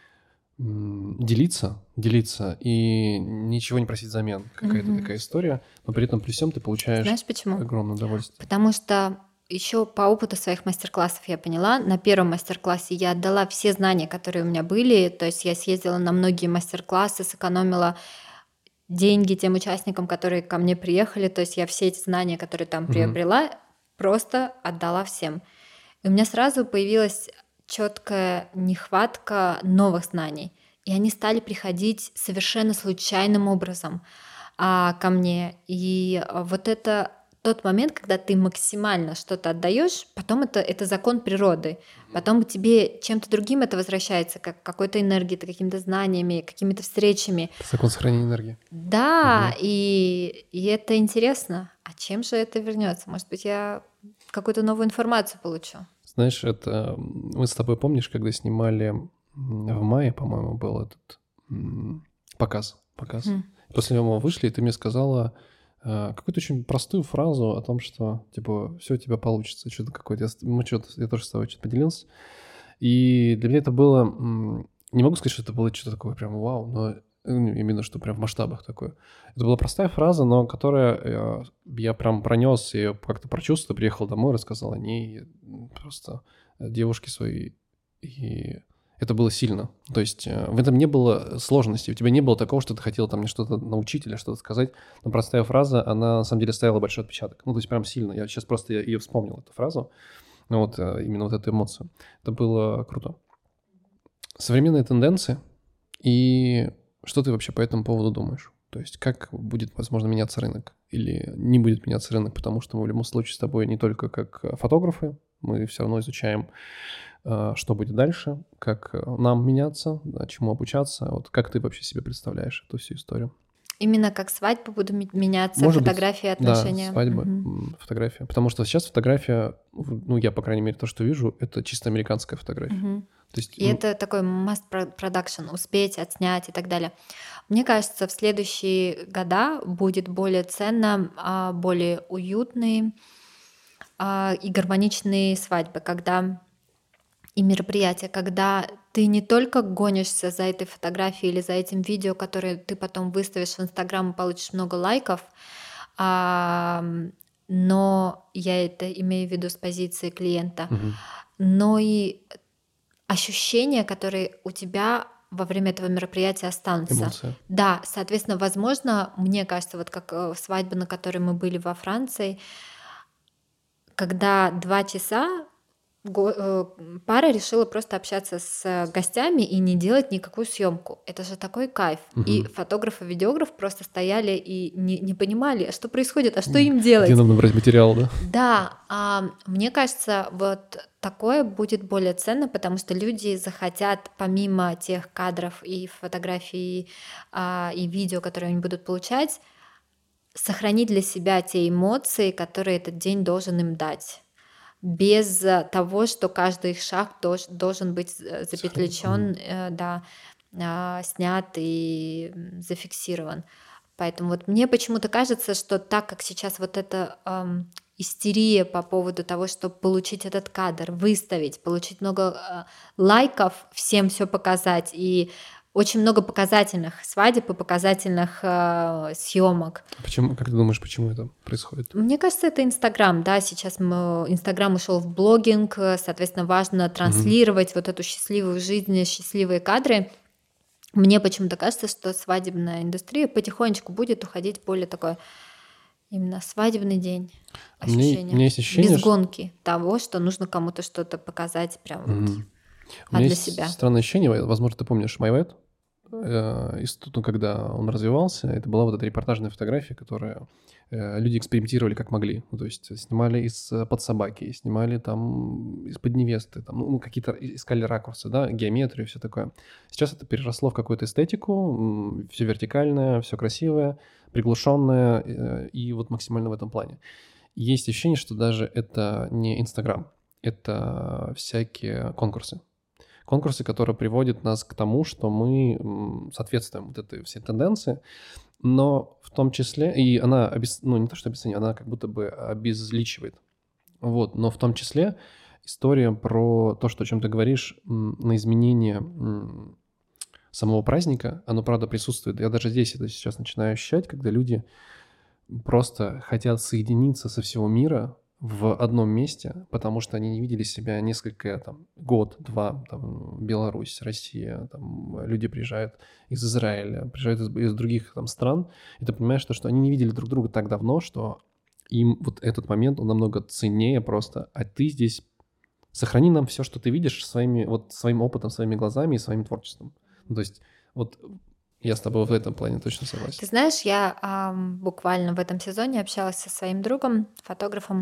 м, делиться, делиться и ничего не просить взамен. Какая-то Мгм. такая история, но при этом при всем ты получаешь Знаешь почему? огромное удовольствие. Потому что еще по опыту своих мастер-классов я поняла, на первом мастер-классе я отдала все знания, которые у меня были, то есть я съездила на многие мастер-классы, сэкономила деньги тем участникам, которые ко мне приехали, то есть я все эти знания, которые там Мгм. приобрела, просто отдала всем. И у меня сразу появилась четкая нехватка новых знаний, и они стали приходить совершенно случайным образом а, ко мне. И а, вот это тот момент, когда ты максимально что-то отдаешь, потом это, это закон природы. Потом тебе чем-то другим это возвращается, как какой-то энергией, какими-то знаниями, какими-то встречами. Закон сохранения энергии. Да, Мгм. и, и это интересно. А чем же это вернется? Может быть, я какую-то новую информацию получу. Знаешь, это м, мы с тобой, помнишь, когда снимали м, в мае, по-моему, был этот м, показ, показ. Мгм. После него мы вышли, и ты мне сказала э, какую-то очень простую фразу о том, что, типа, все у тебя получится, что-то какое-то. Я, с- мы что-то, я тоже с тобой что-то поделился. И для меня это было... м, не могу сказать, что это было что-то такое прям вау, но ну, именно что прям в масштабах такое. Это была простая фраза, но которая э, я прям пронес, я как-то прочувствовал, приехал домой, рассказал о ней м, просто э, девушке своей, и это было сильно. То есть э, в этом не было сложности, у тебя не было такого, что ты хотел там мне что-то научить или что-то сказать, но простая фраза, она на самом деле оставила большой отпечаток. Ну, то есть прям сильно. Я сейчас просто ее вспомнил, эту фразу, ну вот э, именно вот эту эмоцию. Это было круто. Современные тенденции и что ты вообще по этому поводу думаешь? То есть как будет, возможно, меняться рынок или не будет меняться рынок, потому что мы в любом случае с тобой не только как э, фотографы, мы все равно изучаем, э, что будет дальше, как э, нам меняться, да, чему обучаться. Вот как ты вообще себе представляешь эту всю историю? Именно как свадьбы будут ме- меняться, Может быть, фотографии, да, отношения. свадьба, Мгм. м, фотография. Потому что сейчас фотография, в- ну, я, по крайней мере, то, что вижу, это чисто американская фотография. Мгм. То есть, И м, это такой must pro- production, успеть, отснять и так далее. Мне кажется, в следующие года будет более ценно, а, более уютные а, и гармоничные свадьбы, когда и мероприятия, когда ты не только гонишься за этой фотографией или за этим видео, которое ты потом выставишь в Инстаграм и получишь много лайков, а, м, но я это имею в виду с позиции клиента, мгм, но и ощущения, которые у тебя во время этого мероприятия останутся. эмоция. Да, соответственно, возможно, мне кажется, вот как э, свадьба, на которой мы были во Франции, когда два часа го- э, пара решила просто общаться с э, гостями и не делать никакую съемку. Это же такой кайф. И Мгм. фотограф и видеограф просто стояли и не, не понимали, а что происходит, а что М, им Где делать. нам набрать материал, да? Да, а, мне кажется, вот такое будет более ценно, потому что люди захотят помимо тех кадров и фотографий а, и видео, которые они будут получать, сохранить для себя те эмоции, которые этот день должен им дать. Без э, того, что каждый их шаг дож- должен быть э, Сохрани- мгм. запечатлен, э, да, а, снят и м, зафиксирован. Поэтому вот мне почему-то кажется, что так как сейчас вот эта ам, истерия по поводу того, чтобы получить этот кадр, выставить, получить много а, лайков, всем все показать и очень много показательных свадеб и показательных э, съемок. Почему, как ты думаешь, почему это происходит? Мне кажется, это Инстаграм, да, сейчас мы, Инстаграм ушел в блогинг, соответственно, важно транслировать угу. вот эту счастливую жизнь, счастливые кадры. Мне почему-то кажется, что свадебная индустрия потихонечку будет уходить более такой именно свадебный день. Ощущение. Мне, у меня есть ощущение, без гонки что... того, что нужно кому-то что-то показать прям угу. вот, у а меня для есть себя. Странное ощущение, возможно, ты помнишь Майвет, э, ну, когда он развивался, это была вот эта репортажная фотография, которая э, люди экспериментировали как могли, ну, то есть снимали из-под собаки, снимали там из-под невесты, там, ну, какие-то искали ракурсы, да, геометрию, все такое. Сейчас это переросло в какую-то эстетику, все вертикальное, все красивое, приглушенное э, и вот максимально в этом плане. Есть ощущение, что даже это не Инстаграм, это всякие конкурсы. Конкурсы, которые приводят нас к тому, что мы соответствуем вот этой всей тенденции, но в том числе, и она, обес, ну не то что обесценивает, она как будто бы обезличивает. Вот, но в том числе история про то, что, о чем ты говоришь, на изменение самого праздника, оно, правда, присутствует. Я даже здесь это сейчас начинаю ощущать, когда люди просто хотят соединиться со всего мира в одном месте, потому что они не видели себя несколько, там, год-два, там, Беларусь, Россия, там, люди приезжают из Израиля, приезжают из, из других там стран, и ты понимаешь, что, что они не видели друг друга так давно, что им вот этот момент, он намного ценнее просто, а ты здесь сохрани нам все, что ты видишь своими, вот своим опытом, своими глазами и своим творчеством. Ну, то есть вот я с тобой в этом плане точно согласен. Ты знаешь, я а, буквально в этом сезоне общалась со своим другом, фотографом,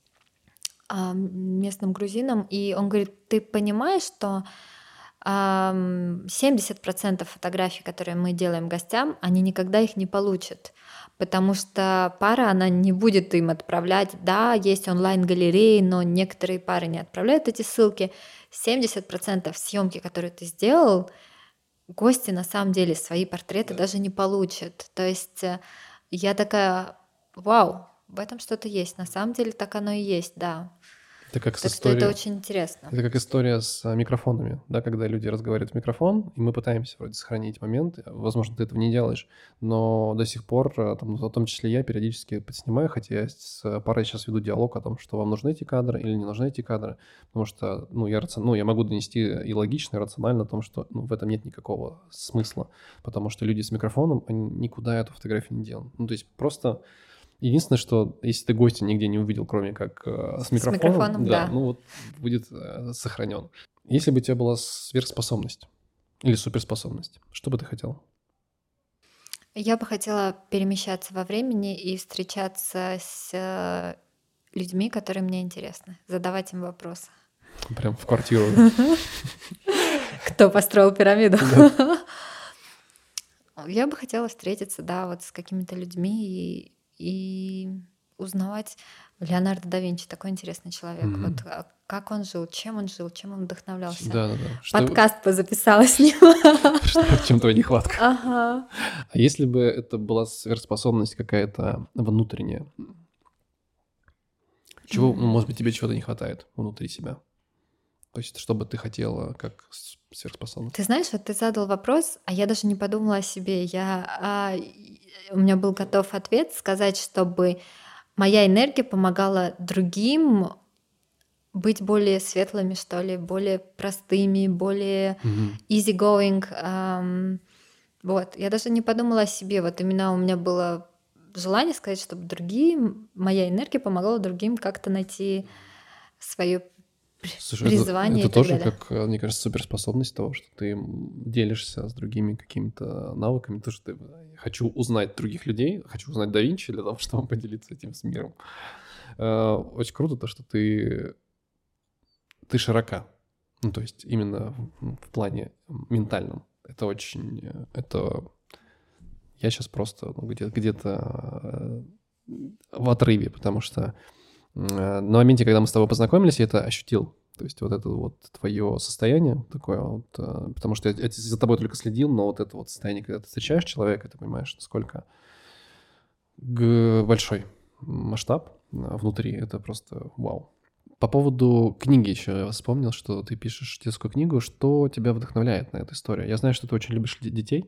а, местным грузином, и он говорит, ты понимаешь, что а, семьдесят процентов фотографий, которые мы делаем гостям, они никогда их не получат, потому что пара, она не будет им отправлять, да, есть онлайн-галереи, но некоторые пары не отправляют эти ссылки. семьдесят процентов съемки, которые ты сделал, гости на самом деле свои портреты да. даже не получат. То есть я такая, вау, в этом что-то есть. На самом деле так оно и есть, да. Это как так с историей... что это очень интересно. Это как история с микрофонами, да, когда люди разговаривают в микрофон, и мы пытаемся вроде сохранить момент. Возможно, ты этого не делаешь, но до сих пор, там, в том числе я периодически подснимаю, хотя я с парой сейчас веду диалог о том, что вам нужны эти кадры или не нужны эти кадры, потому что, ну, я, рацион... ну, я могу донести и логично, и рационально о том, что ну, в этом нет никакого смысла, потому что люди с микрофоном, они никуда эту фотографию не делают. Ну, то есть просто... Единственное, что если ты гостя нигде не увидел, кроме как э, с микрофоном, с микрофоном да, да, ну вот будет э, сохранен. Если бы у тебя была сверхспособность или суперспособность, что бы ты хотела? Я бы хотела перемещаться во времени и встречаться с людьми, которые мне интересны, задавать им вопросы. Прям в квартиру. Кто построил пирамиду? Я бы хотела встретиться, да, вот с какими-то людьми и и узнавать. Леонардо да Винчи такой интересный человек. Mm-hmm. Вот как он жил, чем он жил, чем он вдохновлялся. Да, да, да. Подкаст что... позаписала с ним. В чем твоя нехватка? Ага. А если бы это была сверхспособность какая-то внутренняя, чего, ну, может быть, тебе чего-то не хватает внутри себя? То есть, что бы ты хотела как сверхспособность? Ты знаешь, вот ты задал вопрос, а я даже не подумала о себе. Я, а, у меня был готов ответ сказать, чтобы моя энергия помогала другим быть более светлыми, что ли, более простыми, более mm-hmm. easygoing. Um, вот, я даже не подумала о себе. Вот именно у меня было желание сказать, чтобы другие, моя энергия помогала другим как-то найти свое Слушай, призвание. Это, это тоже, далее. Как, мне кажется, суперспособность того, что ты делишься с другими какими-то навыками. То, что ты хочу узнать других людей, хочу узнать да Винчи для того, чтобы поделиться этим с миром. Очень круто то, что ты, ты широка. Ну, то есть именно в, в плане ментальном. Это очень... Это... Я сейчас просто ну, где-то, где-то в отрыве, потому что на моменте, когда мы с тобой познакомились, я это ощутил. То есть вот это вот твое состояние такое вот, потому что я за тобой только следил, но вот это вот состояние, когда ты встречаешь человека, ты понимаешь, насколько большой масштаб внутри, это просто вау. По поводу книги еще я вспомнил, что ты пишешь детскую книгу. Что тебя вдохновляет на эту историю? Я знаю, что ты очень любишь детей.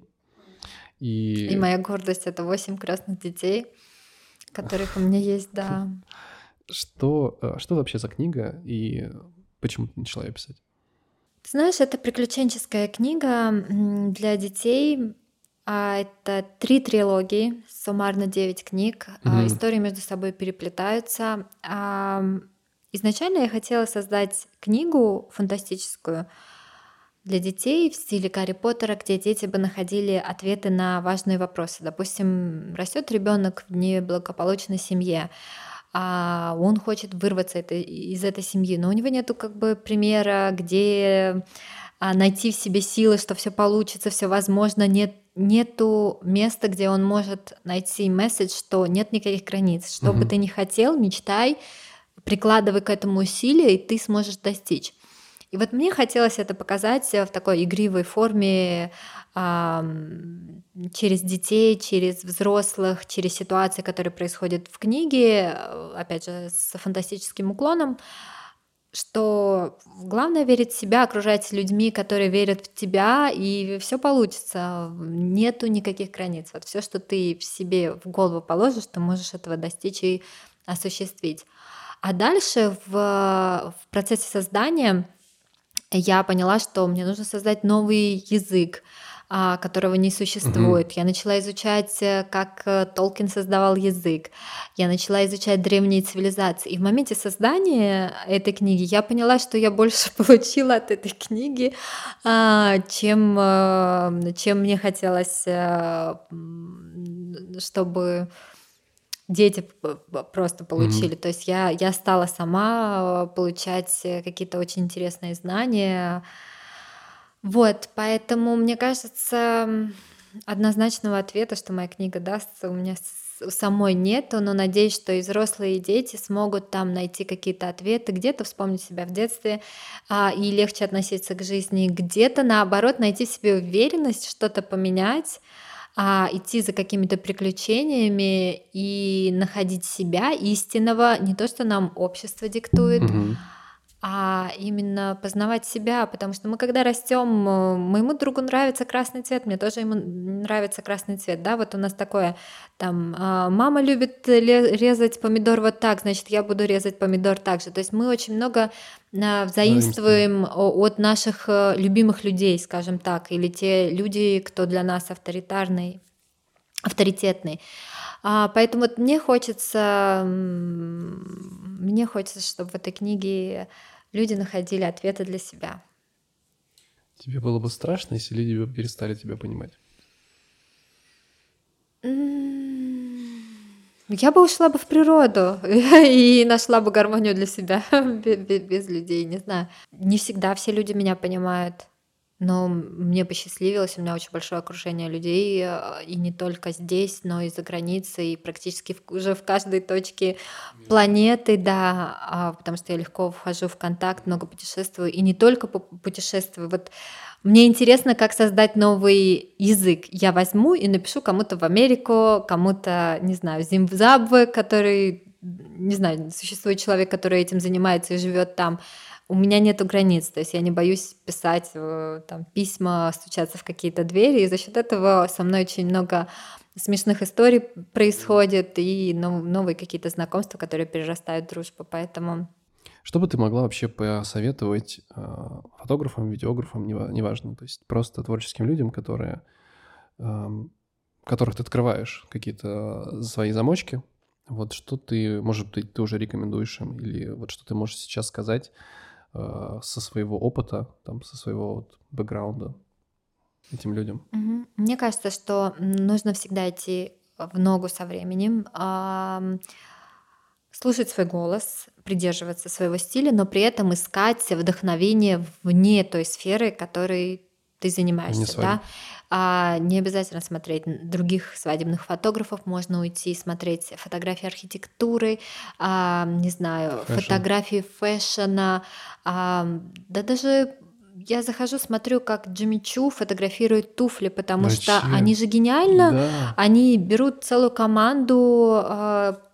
И И моя гордость — это восемь красных детей, которых у меня есть, да. что, э, что вообще за книга и почему ты начала ее писать? Ты знаешь, это приключенческая книга м, для детей. А, Это три трилогии, суммарно девять книг. А, Мгм. Истории между собой переплетаются. Ам, Изначально я хотела создать книгу фантастическую для детей в стиле Гарри Поттера, где дети бы находили ответы на важные вопросы. Допустим, растет ребенок в неблагополучной семье, а он хочет вырваться это- из этой семьи, но у него нету как бы примера, где а, найти в себе силы, что все получится, все возможно, нет нету места, где он может найти месседж, что нет никаких границ. Что бы Мгм. ты ни хотел, мечтай, прикладывай к этому усилия, и ты сможешь достичь. И вот мне хотелось это показать э, в такой игривой форме, ам, через детей, через взрослых, через ситуации, которые происходят в книге, э, опять же, с фантастическим уклоном, что главное верить в себя, окружать людьми, которые верят в тебя, и все получится. Нету никаких границ. Вот все, что ты в себе в голову положишь, ты можешь этого достичь и осуществить. А дальше в, в процессе создания я поняла, что мне нужно создать новый язык, а, которого не Мгм. существует. Я начала изучать, э, как э, Толкин создавал язык. Я начала изучать древние цивилизации. И в моменте создания этой книги я поняла, что я больше получила от этой книги, а, чем, э, чем мне хотелось, э, м, чтобы дети п- п- просто Мгм. получили. То есть я, я стала сама э, получать э, какие-то очень интересные знания. Вот, поэтому мне кажется, м, однозначного ответа, что моя книга даст, у меня с- у самой нету, но надеюсь, что и взрослые, и дети смогут там найти какие-то ответы, где-то вспомнить себя в детстве, а, и легче относиться к жизни, где-то наоборот найти в себе уверенность, что-то поменять, а, идти за какими-то приключениями и находить себя истинного, не то, что нам общество диктует, Мгм. а именно познавать себя, потому что мы, когда растем, э, моему другу нравится красный цвет, мне тоже ему нравится красный цвет, да, вот у нас такое, там, а, мама любит ле- резать помидор вот так, значит, я буду резать помидор так же, то есть мы очень много а, Заимствование. взаимствуем о- от наших э, любимых людей, скажем так, или те люди, кто для нас авторитарный, авторитетный. А, поэтому вот мне хочется, м, мне хочется, чтобы в этой книге люди находили ответы для себя. Тебе было бы страшно, если люди бы перестали тебя понимать? М, Я бы ушла бы в природу и нашла бы гармонию для себя бе- бе- без людей, не знаю. Не всегда все люди меня понимают, но мне посчастливилось, у меня очень большое окружение людей, э, и не только здесь, но и за границей, и практически в- уже в каждой точке планеты, да, а, потому что я легко вхожу в контакт, много путешествую, и не только по- путешествую. Вот мне интересно, как создать новый язык. Я возьму и напишу кому-то в Америку, кому-то, не знаю, в Зимбабве, который, не знаю, существует человек, который этим занимается и живет там. У меня нету границ, то есть я не боюсь писать э, там письма, стучаться в какие-то двери, и за счет этого со мной очень много смешных историй происходит и нов- новые какие-то знакомства, которые перерастают в дружбу, поэтому Что бы ты могла вообще посоветовать а, фотографам, видеографам, нева- неважно, то есть просто творческим людям, которые, ам, которых ты открываешь какие-то свои замочки, вот что ты, может быть, ты уже рекомендуешь им, или вот что ты можешь сейчас сказать а, со своего опыта, там, со своего вот бэкграунда этим людям? Мгм. Мне кажется, что нужно всегда идти в ногу со временем, ам, слушать свой голос, придерживаться своего стиля, но при этом искать вдохновение вне той сферы, которой ты Вне занимаешься, свадьбы. да. А, не обязательно смотреть н- других свадебных фотографов, можно уйти и смотреть фотографии архитектуры, а, не знаю, Фэшн. фотографии фэшена, а, да даже я захожу, смотрю, как Джимми Чу фотографирует туфли, потому что Вообще, они же гениально, да. они берут целую команду, а,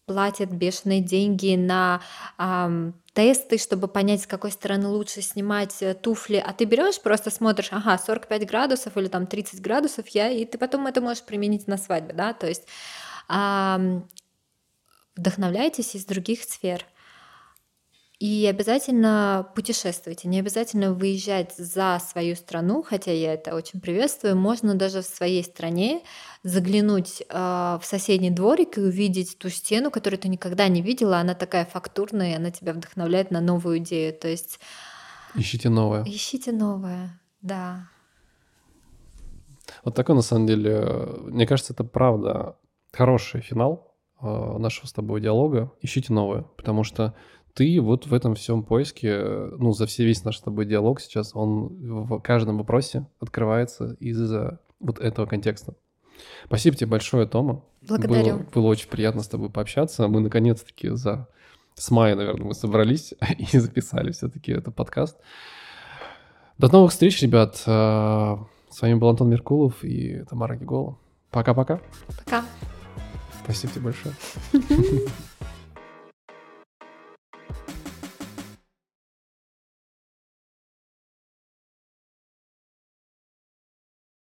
платят бешеные деньги на ам, тесты, чтобы понять, с какой стороны лучше снимать э, туфли, а ты берешь, просто смотришь, ага, сорок пять градусов или там тридцать градусов, я, и ты потом это можешь применить на свадьбе, да, то есть ам, вдохновляйтесь из других сфер. И обязательно путешествуйте, не обязательно выезжать за свою страну, хотя я это очень приветствую. Можно даже в своей стране заглянуть а, в соседний дворик и увидеть ту стену, которую ты никогда не видела. Она такая фактурная, и она тебя вдохновляет на новую идею. То есть Ищите новое. ищите новое, да. Вот такой, на самом деле, э, мне кажется, это правда хороший финал э, нашего с тобой диалога. Ищите новое, потому что ты вот в этом всем поиске, э, ну, за все весь наш с тобой диалог сейчас, он в каждом вопросе открывается из-за вот этого контекста. Спасибо тебе большое, Тома. Благодарю. Было, было очень приятно с тобой пообщаться. Мы наконец-таки за... С мая, наверное, мы собрались и записали все-таки этот подкаст. До новых встреч, ребят. Э, С вами был Антон Меркулов и Тамара Гигола. Пока-пока. Пока. Спасибо тебе большое.